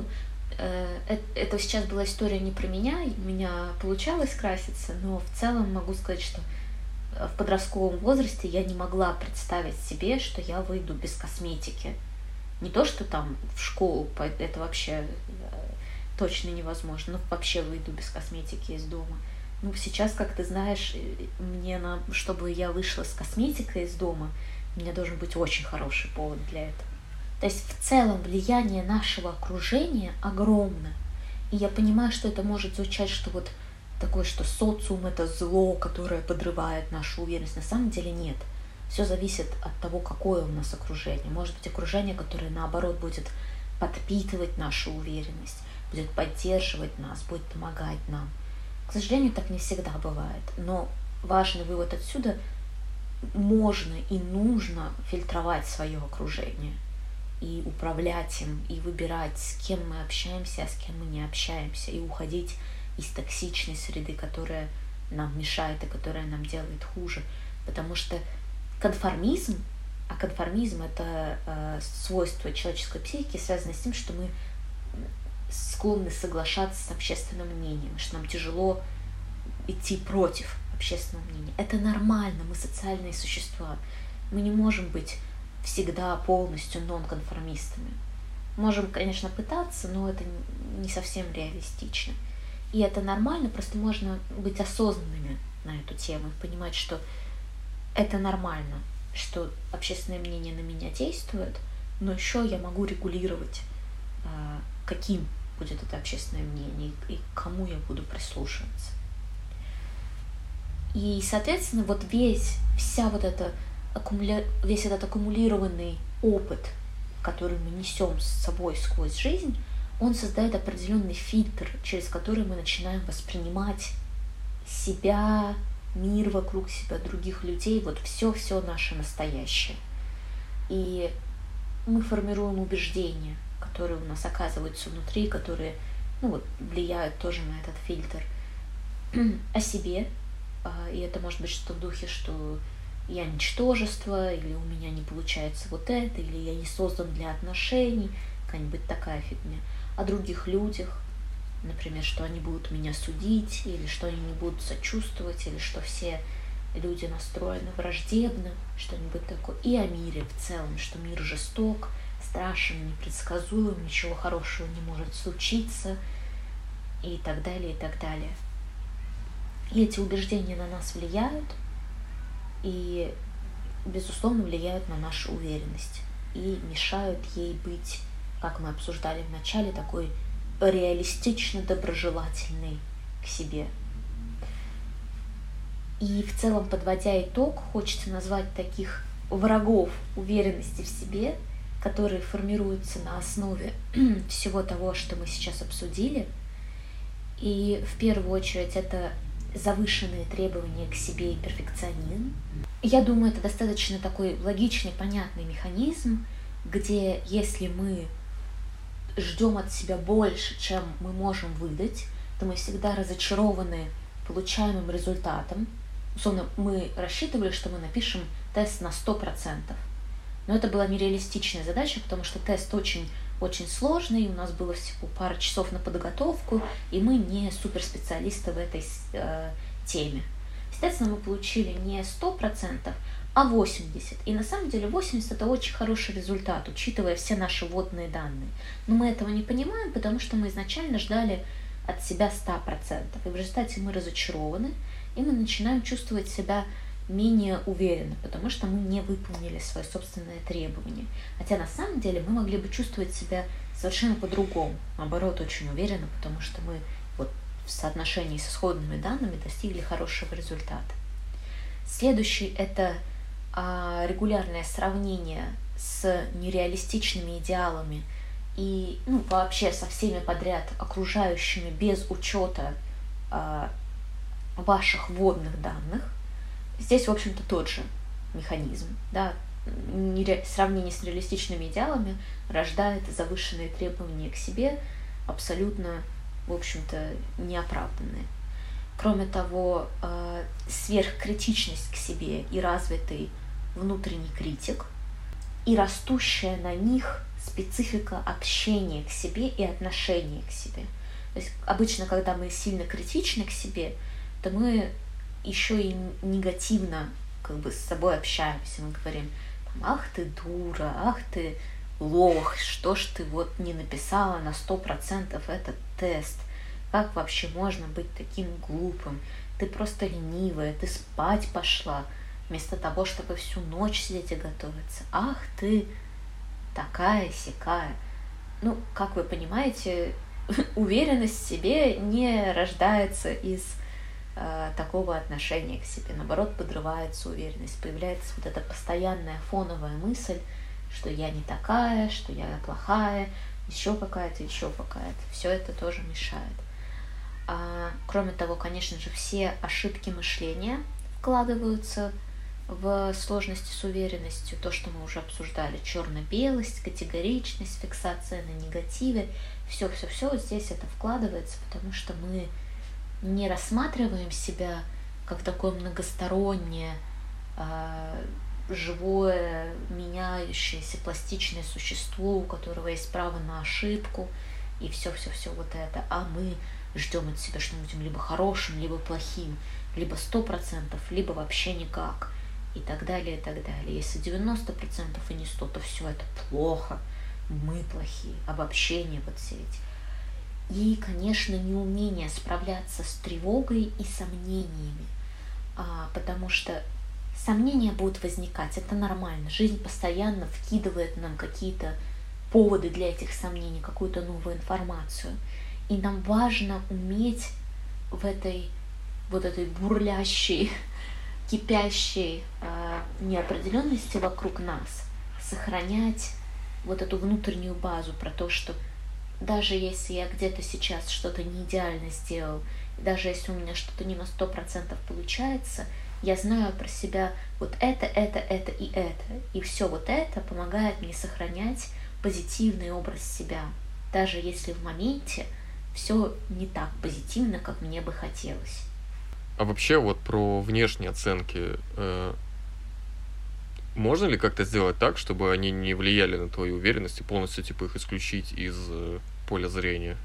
это сейчас была история не про меня, у меня получалось краситься, но в целом могу сказать, что в подростковом возрасте я не могла представить себе, что я выйду без косметики. Не то, что там в школу, это вообще точно невозможно, но вообще выйду без косметики из дома. Ну, сейчас, как ты знаешь, мне, на, чтобы я вышла с косметикой из дома, у меня должен быть очень хороший повод для этого. То есть в целом влияние нашего окружения огромно. И я понимаю, что это может звучать, что вот такое, что социум — это зло, которое подрывает нашу уверенность. На самом деле нет. Все зависит от того, какое у нас окружение. Может быть, окружение, которое, наоборот, будет подпитывать нашу уверенность, будет поддерживать нас, будет помогать нам. К сожалению, так не всегда бывает. Но важный вывод отсюда — можно и нужно фильтровать свое окружение и управлять им, и выбирать, с кем мы общаемся, а с кем мы не общаемся, и уходить из токсичной среды, которая нам мешает и которая нам делает хуже. Потому что конформизм, а конформизм — это э, свойство человеческой психики, связано с тем, что мы склонны соглашаться с общественным мнением, что нам тяжело идти против общественного мнения. Это нормально, мы социальные существа. Мы не можем быть всегда полностью нонконформистами. Можем, конечно, пытаться, но это не совсем реалистично. И это нормально, просто можно быть осознанными на эту тему и понимать, что это нормально, что общественное мнение на меня действует, но еще я могу регулировать, каким будет это общественное мнение и к кому я буду прислушиваться. И, соответственно, вот весь, вся вот эта, аккумуля... весь этот аккумулированный опыт, который мы несем с собой сквозь жизнь, он создает определенный фильтр, через который мы начинаем воспринимать себя, мир вокруг себя, других людей, вот все-все наше настоящее. И мы формируем убеждения, которые у нас оказываются внутри, которые, ну вот, влияют тоже на этот фильтр, о себе. И это может быть что-то в духе, что я ничтожество, или у меня не получается вот это, или я не создан для отношений, какая-нибудь такая фигня. О других людях, например, что они будут меня судить, или что они не будут сочувствовать, или что все люди настроены враждебно, что-нибудь такое. И о мире в целом, что мир жесток, страшен, непредсказуем, ничего хорошего не может случиться, и так далее, и так далее. И эти убеждения на нас влияют, и, безусловно, влияют на нашу уверенность, и мешают ей быть, как мы обсуждали в начале, такой реалистично доброжелательной к себе. И в целом, подводя итог, хочется назвать таких врагов уверенности в себе, которые формируются на основе всего того, что мы сейчас обсудили. И в первую очередь это завышенные требования к себе и перфекционизм. Я думаю, это достаточно такой логичный, понятный механизм, где если мы ждем от себя больше, чем мы можем выдать, то мы всегда разочарованы получаемым результатом. Условно, мы рассчитывали, что мы напишем тест на сто процентов. Но это была нереалистичная задача, потому что тест очень, очень сложный, у нас было всего пара часов на подготовку, и мы не суперспециалисты в этой э, теме. Естественно, мы получили не сто процентов, а восемьдесят процентов. И на самом деле восемьдесят процентов это очень хороший результат, учитывая все наши вводные данные. Но мы этого не понимаем, потому что мы изначально ждали от себя сто процентов. И в результате мы разочарованы, и мы начинаем чувствовать себя менее уверенно, потому что мы не выполнили свои собственные требования. Хотя на самом деле мы могли бы чувствовать себя совершенно по-другому, наоборот, очень уверенно, потому что мы вот в соотношении с исходными данными достигли хорошего результата. Следующий – это а, регулярное сравнение с нереалистичными идеалами и ну, вообще со всеми подряд окружающими без учета а, ваших вводных данных. Здесь, в общем-то, тот же механизм. Да? Сравнение с реалистичными идеалами рождает завышенные требования к себе, абсолютно, в общем-то, неоправданные. Кроме того, сверхкритичность к себе и развитый внутренний критик, и растущая на них специфика общения к себе и отношения к себе. То есть обычно, когда мы сильно критичны к себе, то мы еще и негативно как бы с собой общаемся. Мы говорим, ах ты дура, ах ты лох, что ж ты вот не написала на сто процентов этот тест, как вообще можно быть таким глупым, ты просто ленивая, ты спать пошла, вместо того, чтобы всю ночь сидеть и готовиться, ах ты такая-сякая. Ну, как вы понимаете, уверенность в себе не рождается из такого отношения к себе. Наоборот, подрывается уверенность. Появляется вот эта постоянная фоновая мысль, что я не такая, что я плохая, еще какая-то, еще какая-то. Все это тоже мешает. А, кроме того, конечно же, все ошибки мышления вкладываются в сложности с уверенностью. То, что мы уже обсуждали. Черно-белость, категоричность, фиксация на негативе. Все-все-все здесь это вкладывается, потому что мы не рассматриваем себя как такое многостороннее, живое, меняющееся, пластичное существо, у которого есть право на ошибку, и все-все-все вот это, а мы ждем от себя, что мы будем либо хорошим, либо плохим, либо сто процентов, либо вообще никак, и так далее, и так далее. Если девяносто процентов и не сто, то все это плохо, мы плохие, обобщения вот все эти. И, конечно, неумение справляться с тревогой и сомнениями, а, потому что сомнения будут возникать, это нормально. Жизнь постоянно вкидывает нам какие-то поводы для этих сомнений, какую-то новую информацию. И нам важно уметь в этой вот этой бурлящей, кипящей э, неопределенности вокруг нас сохранять вот эту внутреннюю базу про то, что даже если я где-то сейчас что-то не идеально сделал, даже если у меня что-то не на сто процентов получается, я знаю про себя вот это, это, это и это. И все вот это помогает мне сохранять позитивный образ себя, даже если в моменте все не так позитивно, как мне бы хотелось. А вообще вот про внешние оценки. Э, можно ли как-то сделать так, чтобы они не влияли на твою уверенность и полностью типа их исключить из э, поля зрения?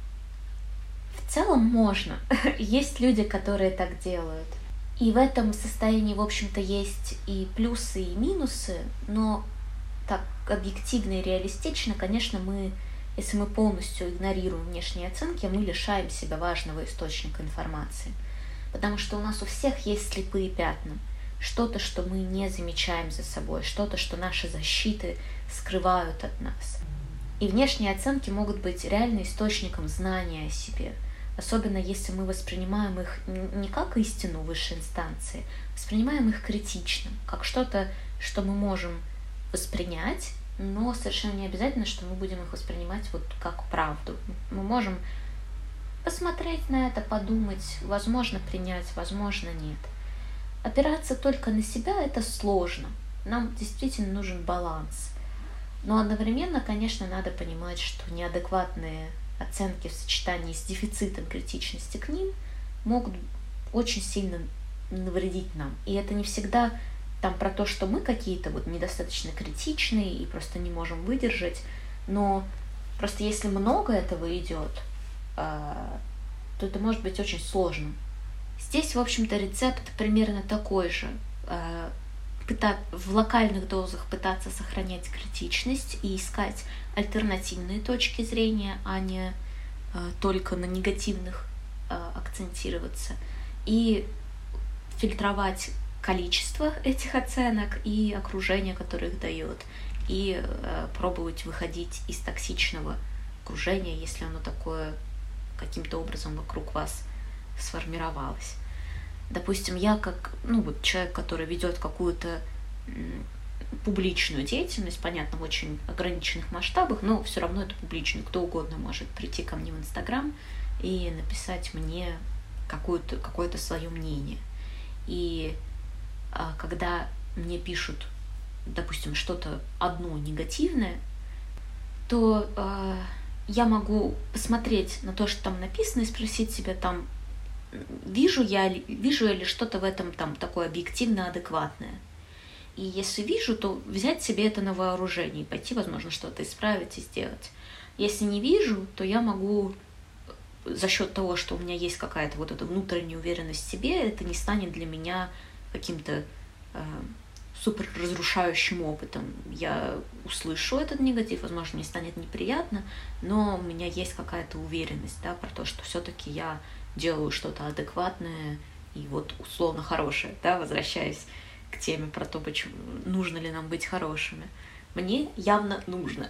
В целом можно. Есть люди, которые так делают. И в этом состоянии, в общем-то, есть и плюсы, и минусы, но так объективно и реалистично, конечно, мы, если мы полностью игнорируем внешние оценки, мы лишаем себя важного источника информации. Потому что у нас у всех есть слепые пятна. Что-то, что мы не замечаем за собой, что-то, что наши защиты скрывают от нас. И внешние оценки могут быть реально источником знания о себе. Особенно если мы воспринимаем их не как истину высшей инстанции, воспринимаем их критично, как что-то, что мы можем воспринять, но совершенно не обязательно, что мы будем их воспринимать вот как правду. Мы можем посмотреть на это, подумать, возможно, принять, возможно, нет. Опираться только на себя – это сложно. Нам действительно нужен баланс. Но одновременно, конечно, надо понимать, что неадекватные оценки в сочетании с дефицитом критичности к ним могут очень сильно навредить нам. И это не всегда там про то, что мы какие-то вот недостаточно критичные и просто не можем выдержать, но просто если много этого идет, то это может быть очень сложно. Здесь, в общем-то, рецепт примерно такой же. В локальных дозах пытаться сохранять критичность и искать альтернативные точки зрения, а не только на негативных акцентироваться. И фильтровать количество этих оценок и окружение, которое их дает. И пробовать выходить из токсичного окружения, если оно такое каким-то образом вокруг вас сформировалось. Допустим, я как ну, вот человек, который ведет какую-то публичную деятельность, понятно, в очень ограниченных масштабах, но все равно это публично. Кто угодно может прийти ко мне в Инстаграм и написать мне какое-то, какое-то свое мнение. И а, когда мне пишут, допустим, что-то одно негативное, то а, я могу посмотреть на то, что там написано, и спросить себя там, вижу я, вижу я ли что-то в этом там такое объективно адекватное. И если вижу, то взять себе это на вооружение и пойти, возможно, что-то исправить и сделать. Если не вижу, то я могу за счет того, что у меня есть какая-то вот эта внутренняя уверенность в себе, это не станет для меня каким-то э, супер разрушающим опытом. Я услышу этот негатив, возможно, мне станет неприятно, но у меня есть какая-то уверенность, да, про то, что все-таки я делаю что-то адекватное и вот условно хорошее, да, возвращаясь к теме про то, почему нужно ли нам быть хорошими. Мне явно нужно.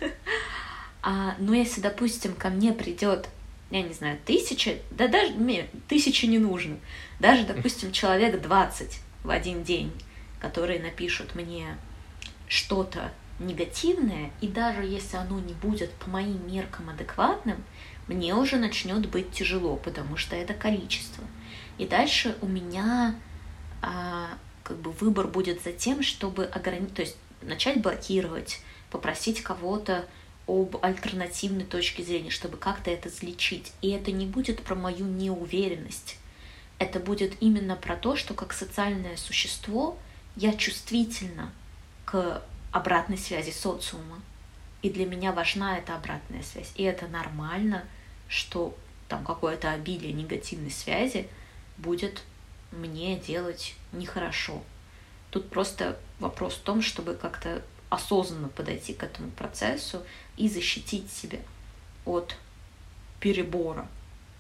а, но если, допустим, ко мне придет, я не знаю, тысяча, да даже мне тысячи не нужно, даже, допустим, человек двадцать в один день, которые напишут мне что-то негативное, и даже если оно не будет по моим меркам адекватным, мне уже начнет быть тяжело, потому что это количество. И дальше у меня а, как бы выбор будет за тем, чтобы ограничить, то есть начать блокировать, попросить кого-то об альтернативной точке зрения, чтобы как-то это излечить. И это не будет про мою неуверенность. Это будет именно про то, что как социальное существо я чувствительна к обратной связи социума. И для меня важна эта обратная связь. И это нормально, что там какое-то обилие негативной связи будет мне делать нехорошо. Тут просто вопрос в том, чтобы как-то осознанно подойти к этому процессу и защитить себя от перебора.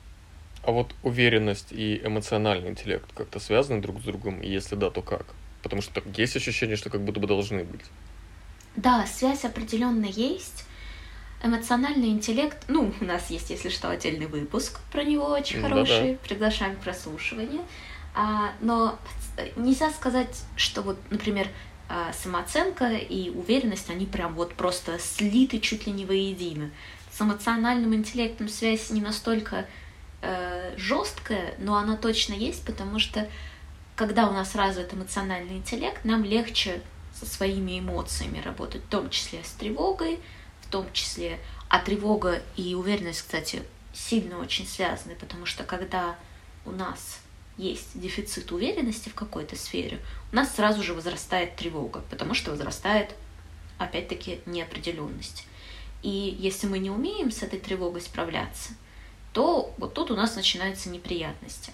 А вот уверенность и эмоциональный интеллект как-то связаны друг с другом? И если да, то как? Потому что есть ощущение, что как будто бы должны быть. Да, связь определенно есть. Эмоциональный интеллект, ну, у нас есть, если что, отдельный выпуск про него очень Да-да. хороший, приглашаем к прослушиванию. А, но нельзя сказать, что вот, например, самооценка и уверенность, они прям вот просто слиты чуть ли не воедино. С эмоциональным интеллектом связь не настолько э, жесткая, но она точно есть, потому что когда у нас развит эмоциональный интеллект, нам легче со своими эмоциями работать, в том числе с тревогой, в том числе, а тревога и уверенность, кстати, сильно очень связаны, потому что когда у нас есть дефицит уверенности в какой-то сфере, у нас сразу же возрастает тревога, потому что возрастает, опять-таки, неопределенность. И если мы не умеем с этой тревогой справляться, то вот тут у нас начинаются неприятности.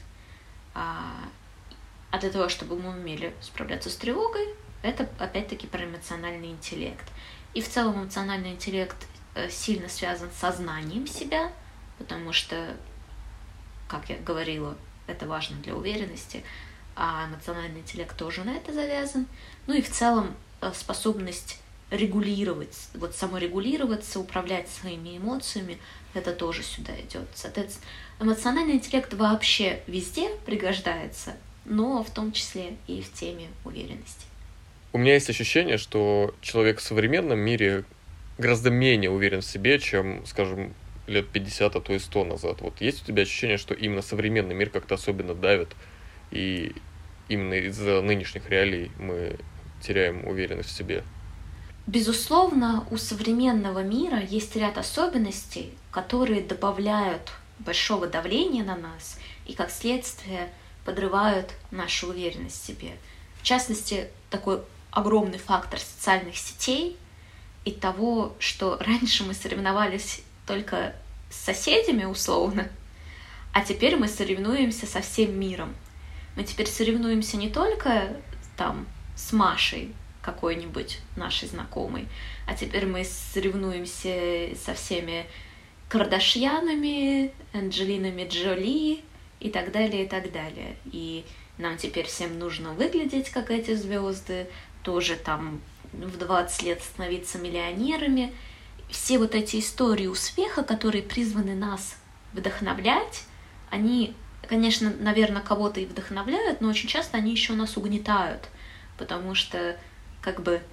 А для того, чтобы мы умели справляться с тревогой, это опять-таки про эмоциональный интеллект. И в целом эмоциональный интеллект сильно связан с сознанием себя, потому что, как я говорила, это важно для уверенности, а эмоциональный интеллект тоже на это завязан. Ну и в целом способность регулировать, вот саморегулироваться, управлять своими эмоциями, это тоже сюда идет. Соответственно, эмоциональный интеллект вообще везде пригождается, но в том числе и в теме уверенности. У меня есть ощущение, что человек в современном мире гораздо менее уверен в себе, чем, скажем, лет пятьдесят, а то и сто назад. Вот есть у тебя ощущение, что именно современный мир как-то особенно давит, и именно из-за нынешних реалий мы теряем уверенность в себе? Безусловно, у современного мира есть ряд особенностей, которые добавляют большого давления на нас и, как следствие, подрывают нашу уверенность в себе. В частности, такой огромный фактор социальных сетей и того, что раньше мы соревновались только с соседями условно, а теперь мы соревнуемся со всем миром. Мы теперь соревнуемся не только там с Машей, какой-нибудь нашей знакомой, а теперь мы соревнуемся со всеми Кардашьянами, Анджелинами Джоли и так далее, и так далее. И нам теперь всем нужно выглядеть, как эти звезды, тоже там в двадцать лет становиться миллионерами. Все вот эти истории успеха, которые призваны нас вдохновлять, они, конечно, наверное, кого-то и вдохновляют, но очень часто они еще нас угнетают, потому что, как бы,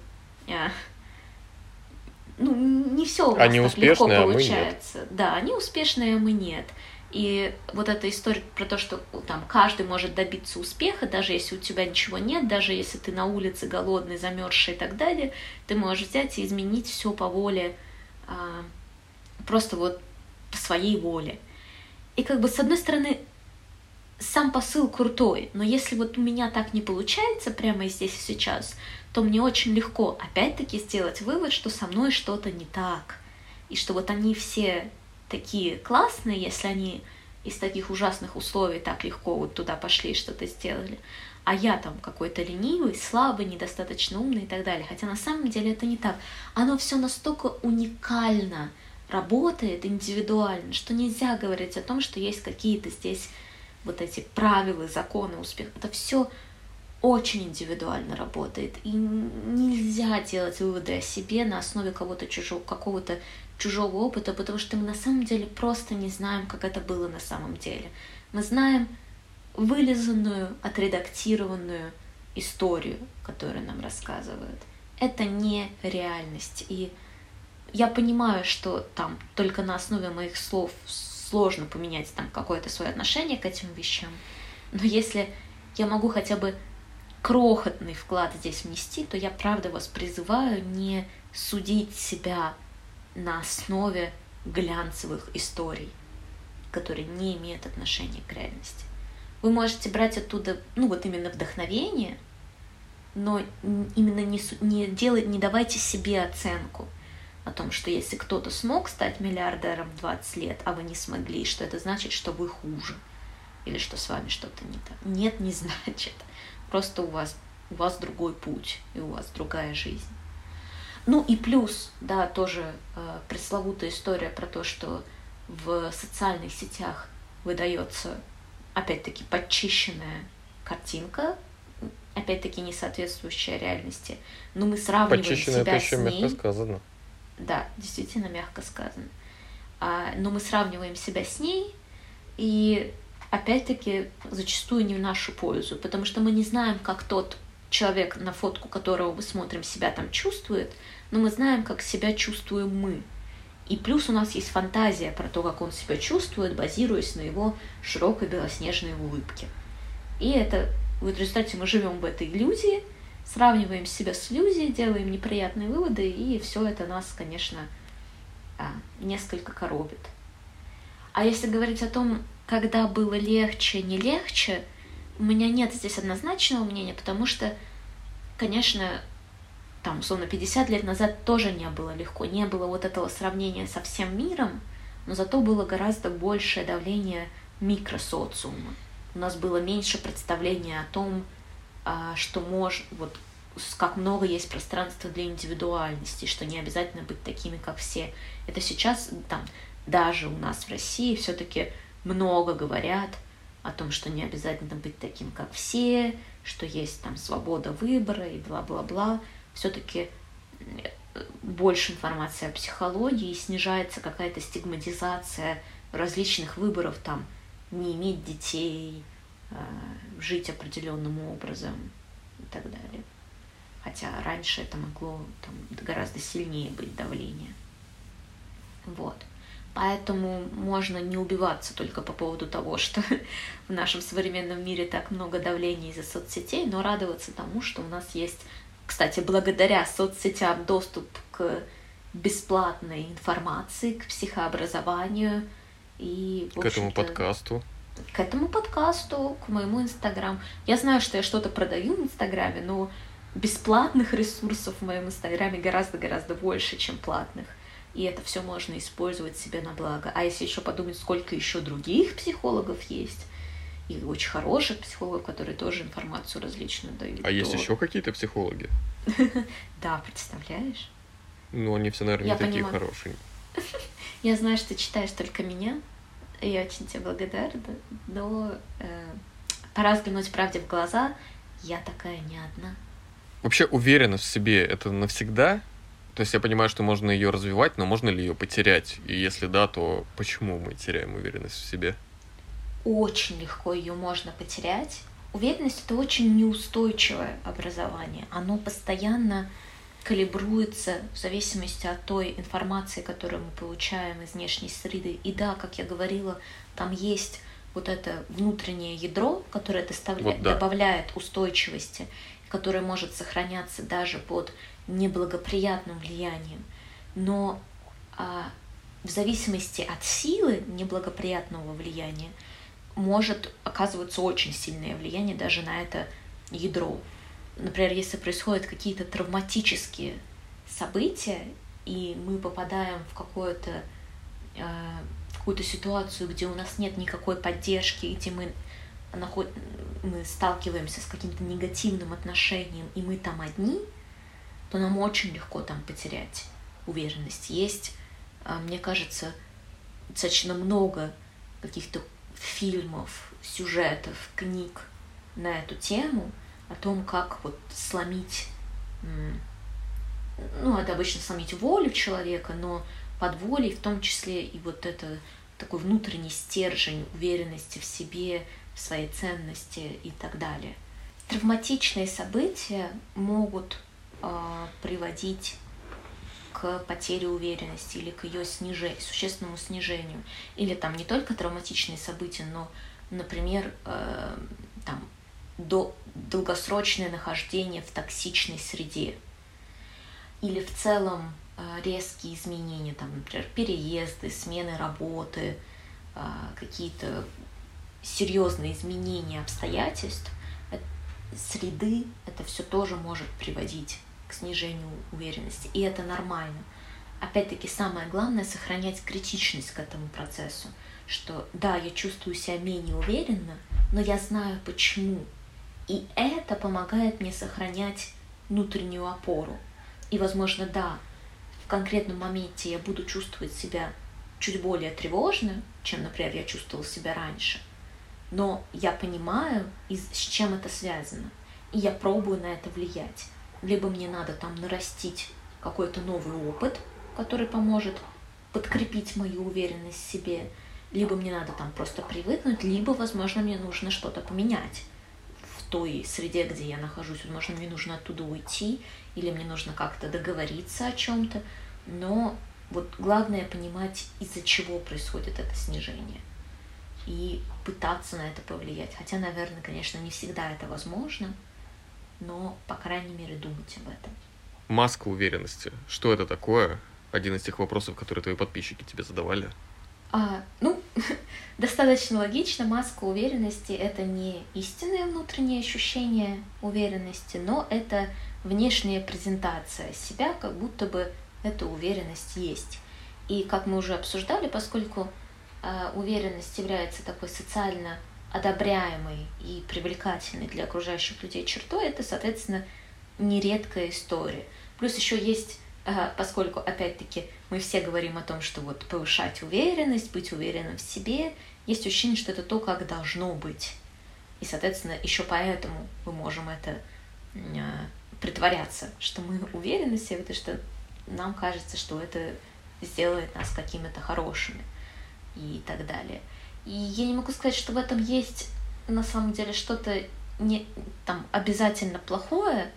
ну, не все у нас они так легко успешные, получается. А мы нет. Да, они успешные, а мы нет. И вот эта история про то, что там каждый может добиться успеха, даже если у тебя ничего нет, даже если ты на улице голодный, замерзший и так далее, ты можешь взять и изменить все по воле, а, просто вот по своей воле. И как бы с одной стороны сам посыл крутой, но если вот у меня так не получается прямо здесь и сейчас, то мне очень легко опять-таки сделать вывод, что со мной что-то не так, и что вот они все такие классные, если они из таких ужасных условий так легко вот туда пошли и что-то сделали, а я там какой-то ленивый, слабый, недостаточно умный и так далее. Хотя на самом деле это не так. Оно все настолько уникально работает, индивидуально, что нельзя говорить о том, что есть какие-то здесь вот эти правила, законы успеха. Это все очень индивидуально работает. И нельзя делать выводы о себе на основе кого-то чужого, какого-то чужого опыта, потому что мы на самом деле просто не знаем, как это было на самом деле. Мы знаем вылизанную, отредактированную историю, которую нам рассказывают. Это не реальность. И я понимаю, что там только на основе моих слов сложно поменять там какое-то свое отношение к этим вещам. Но если я могу хотя бы крохотный вклад здесь внести, то я правда вас призываю не судить себя на основе глянцевых историй, которые не имеют отношения к реальности. Вы можете брать оттуда, ну вот именно вдохновение, но именно не, не, делать, не давайте себе оценку. о том, что если кто-то смог стать миллиардером в двадцать лет, а вы не смогли, что это значит, что вы хуже, или что с вами что-то не так. Нет, не значит. Просто у вас, у вас другой путь, и у вас другая жизнь. Ну и плюс, да, тоже э, пресловутая история про то, что в социальных сетях выдается, опять-таки, подчищенная картинка, опять-таки, не соответствующая реальности. Но мы сравниваем Подчищенная, себя это еще с ней. мягко сказано. Да, действительно мягко сказано. А, но мы сравниваем себя с ней, и опять-таки зачастую не в нашу пользу, потому что мы не знаем, как тот человек, на фотку которого мы смотрим, себя там чувствует, но мы знаем, как себя чувствуем мы. И плюс у нас есть фантазия про то, как он себя чувствует, базируясь на его широкой белоснежной улыбке. И это, в результате мы живем в этой иллюзии, сравниваем себя с иллюзией, делаем неприятные выводы, и все это нас, конечно, несколько коробит. А если говорить о том, когда было легче, не легче, у меня нет здесь однозначного мнения, потому что, конечно, там, условно, пятьдесят лет назад тоже не было легко, не было вот этого сравнения со всем миром, но зато было гораздо большее давление микросоциума. У нас было меньше представления о том, что может, вот, как много есть пространства для индивидуальности, что не обязательно быть такими, как все. Это сейчас, там, даже у нас в России все-таки много говорят о том, что не обязательно быть таким, как все, что есть там свобода выбора и бла-бла-бла. Все-таки больше информации о психологии, снижается какая-то стигматизация различных выборов, там, не иметь детей, жить определенным образом и так далее. Хотя раньше это могло там гораздо сильнее быть давление. Вот. Поэтому можно не убиваться только по поводу того, что в нашем современном мире так много давления из-за соцсетей, но радоваться тому, что у нас есть, кстати, благодаря соцсетям доступ к бесплатной информации, к психообразованию и, в к этому подкасту. К этому подкасту, к моему Инстаграму. Я знаю, что я что-то продаю в Инстаграме, но бесплатных ресурсов в моем Инстаграме гораздо-гораздо больше, чем платных. И это все можно использовать себе на благо. А если еще подумать, сколько еще других психологов есть, и очень хороших психологов, которые тоже информацию различную дают. А есть еще какие-то психологи? Да, представляешь? Ну, они все, наверное, не такие хорошие. Я знаю, что ты читаешь только меня, и я очень тебе благодарна, но пора взглянуть правде в глаза, я такая не одна. Вообще уверенность в себе — это навсегда? То есть я понимаю, что можно ее развивать, но можно ли ее потерять? И если да, то почему мы теряем уверенность в себе? Очень легко ее можно потерять. Уверенность — это очень неустойчивое образование. Оно постоянно калибруется в зависимости от той информации, которую мы получаем из внешней среды. И да, как я говорила, там есть вот это внутреннее ядро, которое доставляет, вот, да. добавляет устойчивости, которое может сохраняться даже под неблагоприятным влиянием. Но а, в зависимости от силы неблагоприятного влияния может оказываться очень сильное влияние даже на это ядро. Например, если происходят какие-то травматические события, и мы попадаем в какое-то, э, в какую-то ситуацию, где у нас нет никакой поддержки, где мы, наход... мы сталкиваемся с каким-то негативным отношением, и мы там одни, то нам очень легко там потерять уверенность. Есть, э, мне кажется, достаточно много каких-то фильмов, сюжетов, книг на эту тему, о том, как вот сломить, ну, это обычно сломить волю человека, но под волей в том числе и вот это такой внутренний стержень уверенности в себе, в своей ценности и так далее. Травматичные события могут э, приводить к потере уверенности или к ее снижению, существенному снижению. Или там не только травматичные события, но, например, э, там, до долгосрочное нахождение в токсичной среде. Или в целом э, резкие изменения, там, например, переезды, смены работы, э, какие-то серьезные изменения обстоятельств, э, среды, это все тоже может приводить к снижению уверенности. И это нормально. опять-таки, самое главное — сохранять критичность к этому процессу, что да, я чувствую себя менее уверенно, но я знаю почему. И это помогает мне сохранять внутреннюю опору. И, возможно, да, в конкретном моменте я буду чувствовать себя чуть более тревожно, чем, например, я чувствовала себя раньше. Но я понимаю, с чем это связано, и я пробую на это влиять. Либо мне надо там нарастить какой-то новый опыт, который поможет подкрепить мою уверенность в себе, либо мне надо там просто привыкнуть, либо, возможно, мне нужно что-то поменять в той среде, где я нахожусь. Возможно, мне нужно оттуда уйти, или мне нужно как-то договориться о чем-то. Но вот главное понимать, из-за чего происходит это снижение, и пытаться на это повлиять. Хотя, наверное, конечно, не всегда это возможно, но, по крайней мере, думать об этом. Маска уверенности. Что это такое? Один из тех вопросов, которые твои подписчики тебе задавали. А, ну, достаточно логично. Маска уверенности — это не истинное внутреннее ощущение уверенности, но это внешняя презентация себя, как будто бы эта уверенность есть. И, как мы уже обсуждали, поскольку э, уверенность является такой социально одобряемой и привлекательной для окружающих людей чертой, это, соответственно, нередкая история. Плюс еще есть, поскольку, опять-таки, мы все говорим о том, что вот повышать уверенность, быть уверенным в себе, есть ощущение, что это то, как должно быть. И, соответственно, еще поэтому мы можем это притворяться, что мы уверены в себе, потому что нам кажется, что это сделает нас какими-то хорошими и так далее. И я не могу сказать, что в этом есть на самом деле что-то не, там, обязательно плохое,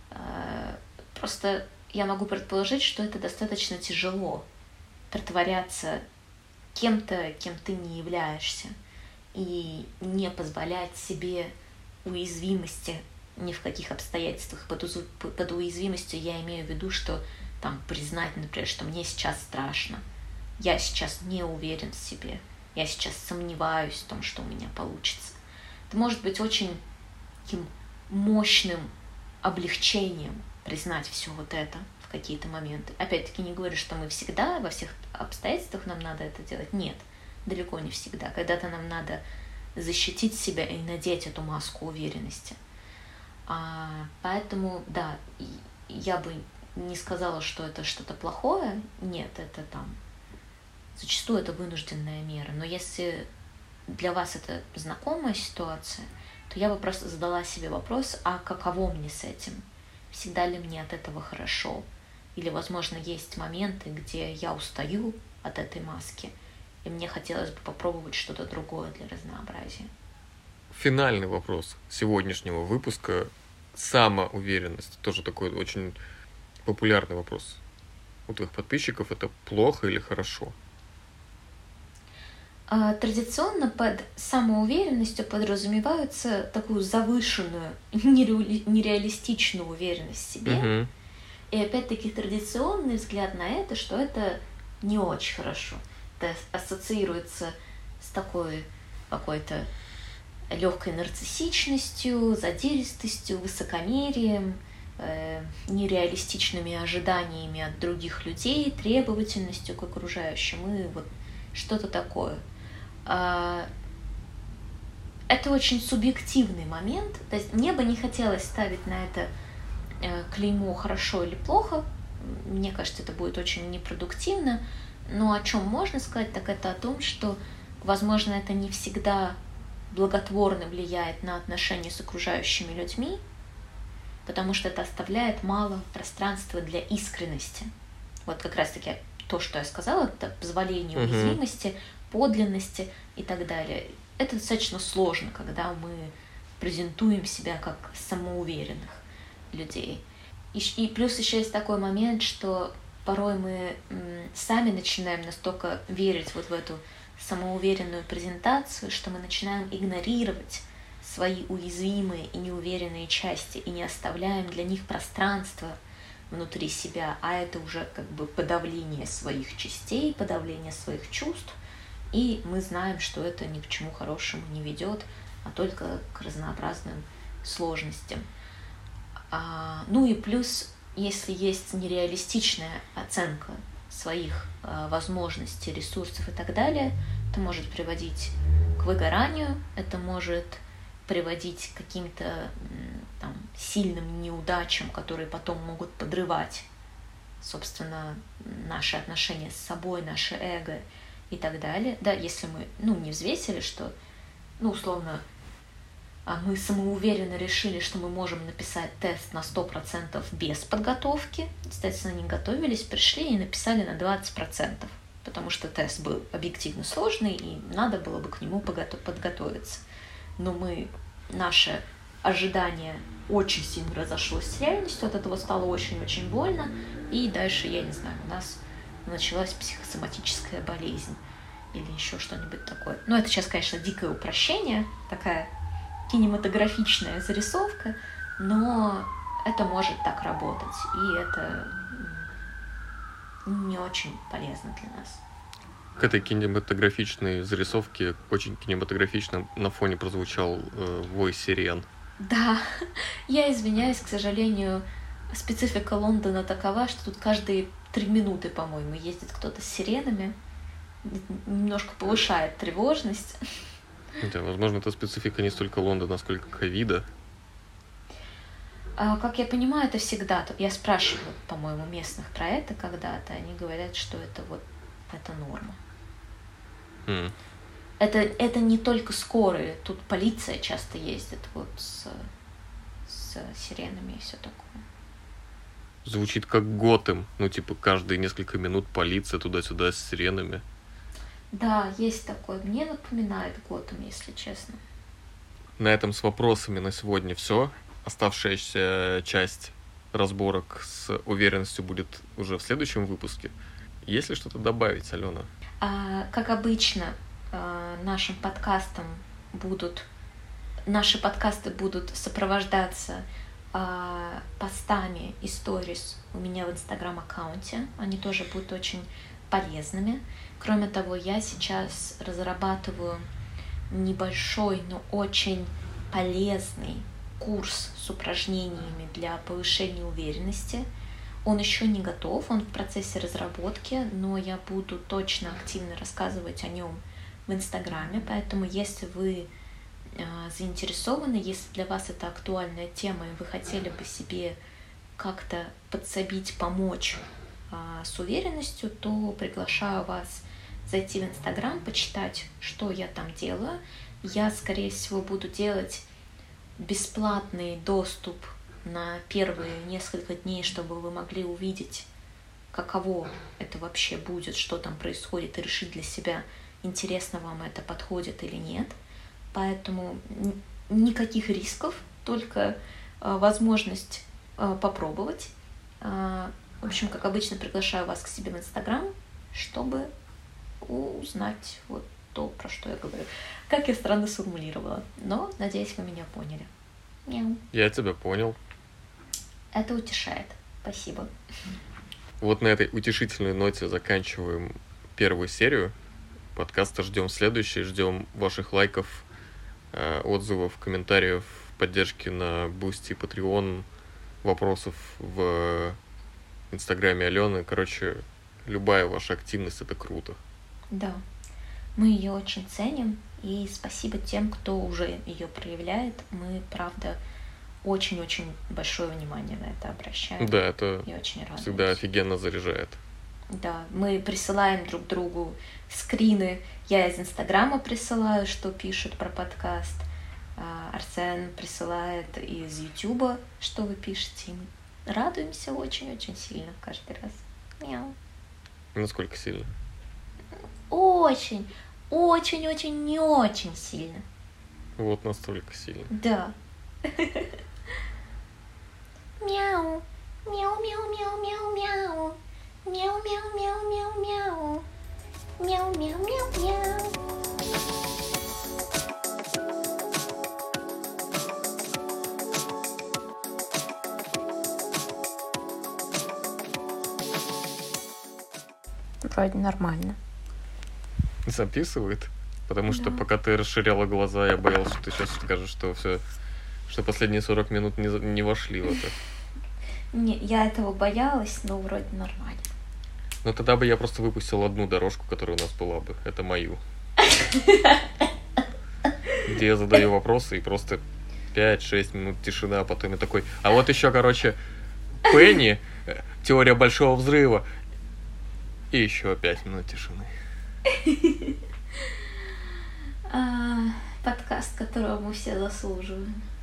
просто я могу предположить, что это достаточно тяжело притворяться кем-то, кем ты не являешься, и не позволять себе уязвимости ни в каких обстоятельствах. Под, уз... под уязвимостью я имею в виду, что там признать, например, что мне сейчас страшно, я сейчас не уверен в себе, я сейчас сомневаюсь в том, что у меня получится. Это может быть очень таким мощным облегчением признать все вот это в какие-то моменты. Опять-таки не говорю, что мы всегда, во всех обстоятельствах нам надо это делать. Нет, далеко не всегда. Когда-то нам надо защитить себя и надеть эту маску уверенности. А, поэтому, да, я бы не сказала, что это что-то плохое. Нет, это там зачастую это вынужденная мера. Но если для вас это знакомая ситуация, то я бы просто задала себе вопрос, а каково мне с этим? Всегда ли мне от этого хорошо? Или, возможно, есть моменты, где я устаю от этой маски, и мне хотелось бы попробовать что-то другое для разнообразия. Финальный вопрос сегодняшнего выпуска. Самоуверенность. Тоже такой очень популярный вопрос у твоих подписчиков. Это плохо или хорошо? Традиционно под самоуверенностью подразумевается такую завышенную, нереалистичную уверенность в себе. Uh-huh. И опять-таки традиционный взгляд на это, что это не очень хорошо. Это ассоциируется с такой какой-то легкой нарциссичностью, задиристостью, высокомерием, э, нереалистичными ожиданиями от других людей, требовательностью к окружающим и вот что-то такое. Это очень субъективный момент. То есть мне бы не хотелось ставить на это клеймо «хорошо» или «плохо». Мне кажется, это будет очень непродуктивно. Но о чем можно сказать, так это о том, что, возможно, это не всегда благотворно влияет на отношения с окружающими людьми, потому что это оставляет мало пространства для искренности. Вот как раз-таки то, что я сказала, это позволение уязвимости, подлинности и так далее. Это достаточно сложно, когда мы презентуем себя как самоуверенных людей. И, и плюс еще есть такой момент, что порой мы м, сами начинаем настолько верить вот в эту самоуверенную презентацию, что мы начинаем игнорировать свои уязвимые и неуверенные части и не оставляем для них пространства внутри себя, а это уже как бы подавление своих частей, подавление своих чувств, и мы знаем, что это ни к чему хорошему не ведет, а только к разнообразным сложностям. А, ну и плюс, если есть нереалистичная оценка своих э, возможностей, ресурсов и так далее, это может приводить к выгоранию, это может приводить к каким-то там сильным неудачам, которые потом могут подрывать, собственно, наши отношения с собой, наше эго и так далее. Да, если мы, ну, не взвесили, что, ну, условно, мы самоуверенно решили, что мы можем написать тест на сто процентов без подготовки, соответственно, не готовились, пришли и написали на двадцать процентов, потому что тест был объективно сложный, и надо было бы к нему подготовиться. Но мы, наше ожидание очень сильно разошлось с реальностью, от этого стало очень-очень больно, и дальше, я не знаю, у нас началась психосоматическая болезнь или еще что-нибудь такое. Ну, это сейчас, конечно, дикое упрощение, такая кинематографичная зарисовка, но это может так работать, и это не очень полезно для нас. К этой кинематографичной зарисовке очень кинематографично на фоне прозвучал э, вой сирен. Да, я извиняюсь, к сожалению, специфика Лондона такова, что тут каждые три минуты, по-моему, ездит кто-то с сиренами, немножко повышает тревожность. Да, возможно, это специфика не столько Лондона, сколько ковида. А, как я понимаю, это всегда. Я спрашивала, по-моему, местных про это когда-то, они говорят, что это вот это норма. Mm. Это, это не только скорые, тут полиция часто ездит вот с, с сиренами и все такое. Звучит как Готэм, ну типа каждые несколько минут полиция туда-сюда с сиренами. Да, есть такое. Мне напоминает Готэм, если честно. На этом с вопросами на сегодня все. Оставшаяся часть разборок с уверенностью будет уже в следующем выпуске. Есть ли что-то добавить, Алена? А, как обычно, а, нашим подкастом будут, наши подкасты будут сопровождаться а, постами и сторис у меня в Инстаграм-аккаунте. Они тоже будут очень полезными. Кроме того, я сейчас разрабатываю небольшой, но очень полезный курс с упражнениями для повышения уверенности. Он еще не готов, он в процессе разработки, но я буду точно активно рассказывать о нем в Инстаграме, поэтому если вы э, заинтересованы, если для вас это актуальная тема, и вы хотели бы себе как-то подсобить, помочь э, с уверенностью, то приглашаю вас зайти в Инстаграм, почитать, что я там делаю. Я, скорее всего, буду делать бесплатный доступ на первые несколько дней, чтобы вы могли увидеть, каково это вообще будет, что там происходит, и решить для себя, интересно вам это, подходит или нет. Поэтому никаких рисков, только э, возможность э, попробовать. Э, в общем, как обычно, приглашаю вас к себе в Инстаграм, чтобы узнать вот то, про что я говорю. Как я странно сформулировала, но, надеюсь, вы меня поняли. Мяу. Я тебя понял. Это утешает. Спасибо. Вот на этой утешительной ноте заканчиваем первую серию подкаста. Ждем следующий, ждем ваших лайков, отзывов, комментариев, поддержки на Boosty, Patreon, вопросов в Инстаграме Алены. Короче, любая ваша активность — это круто. Да, мы ее очень ценим, и спасибо тем, кто уже ее проявляет. Мы, правда, очень-очень большое внимание на это обращаем. Да, это и очень всегда офигенно заряжает. Да, мы присылаем друг другу скрины. Я из Инстаграма присылаю, что пишут про подкаст. Арсен присылает из Ютуба, что вы пишете. Мы радуемся очень-очень сильно каждый раз. Мяу. Насколько сильно? Очень, очень-очень не очень сильно. Вот настолько сильно. Да. Мяу. Мяу, мяу, мяу, мяу, мяу. Мяу, мяу, мяу, мяу, мяу. Мяу, мяу, мяу, мяу. Вроде нормально. Записывает? Потому что Да. пока ты расширяла глаза, я боялся, что ты сейчас скажешь, что все, что последние сорок минут не, не вошли в это. Не, я этого боялась, но вроде нормально. Ну тогда бы я просто выпустил одну дорожку, которая у нас была бы. Это мою. Где я задаю вопросы и просто пять-шесть минут тишина, а потом я такой... А вот еще, короче, Пенни, теория большого взрыва. И еще пять минут тишины. Подкаст, которого мы все заслуживаем.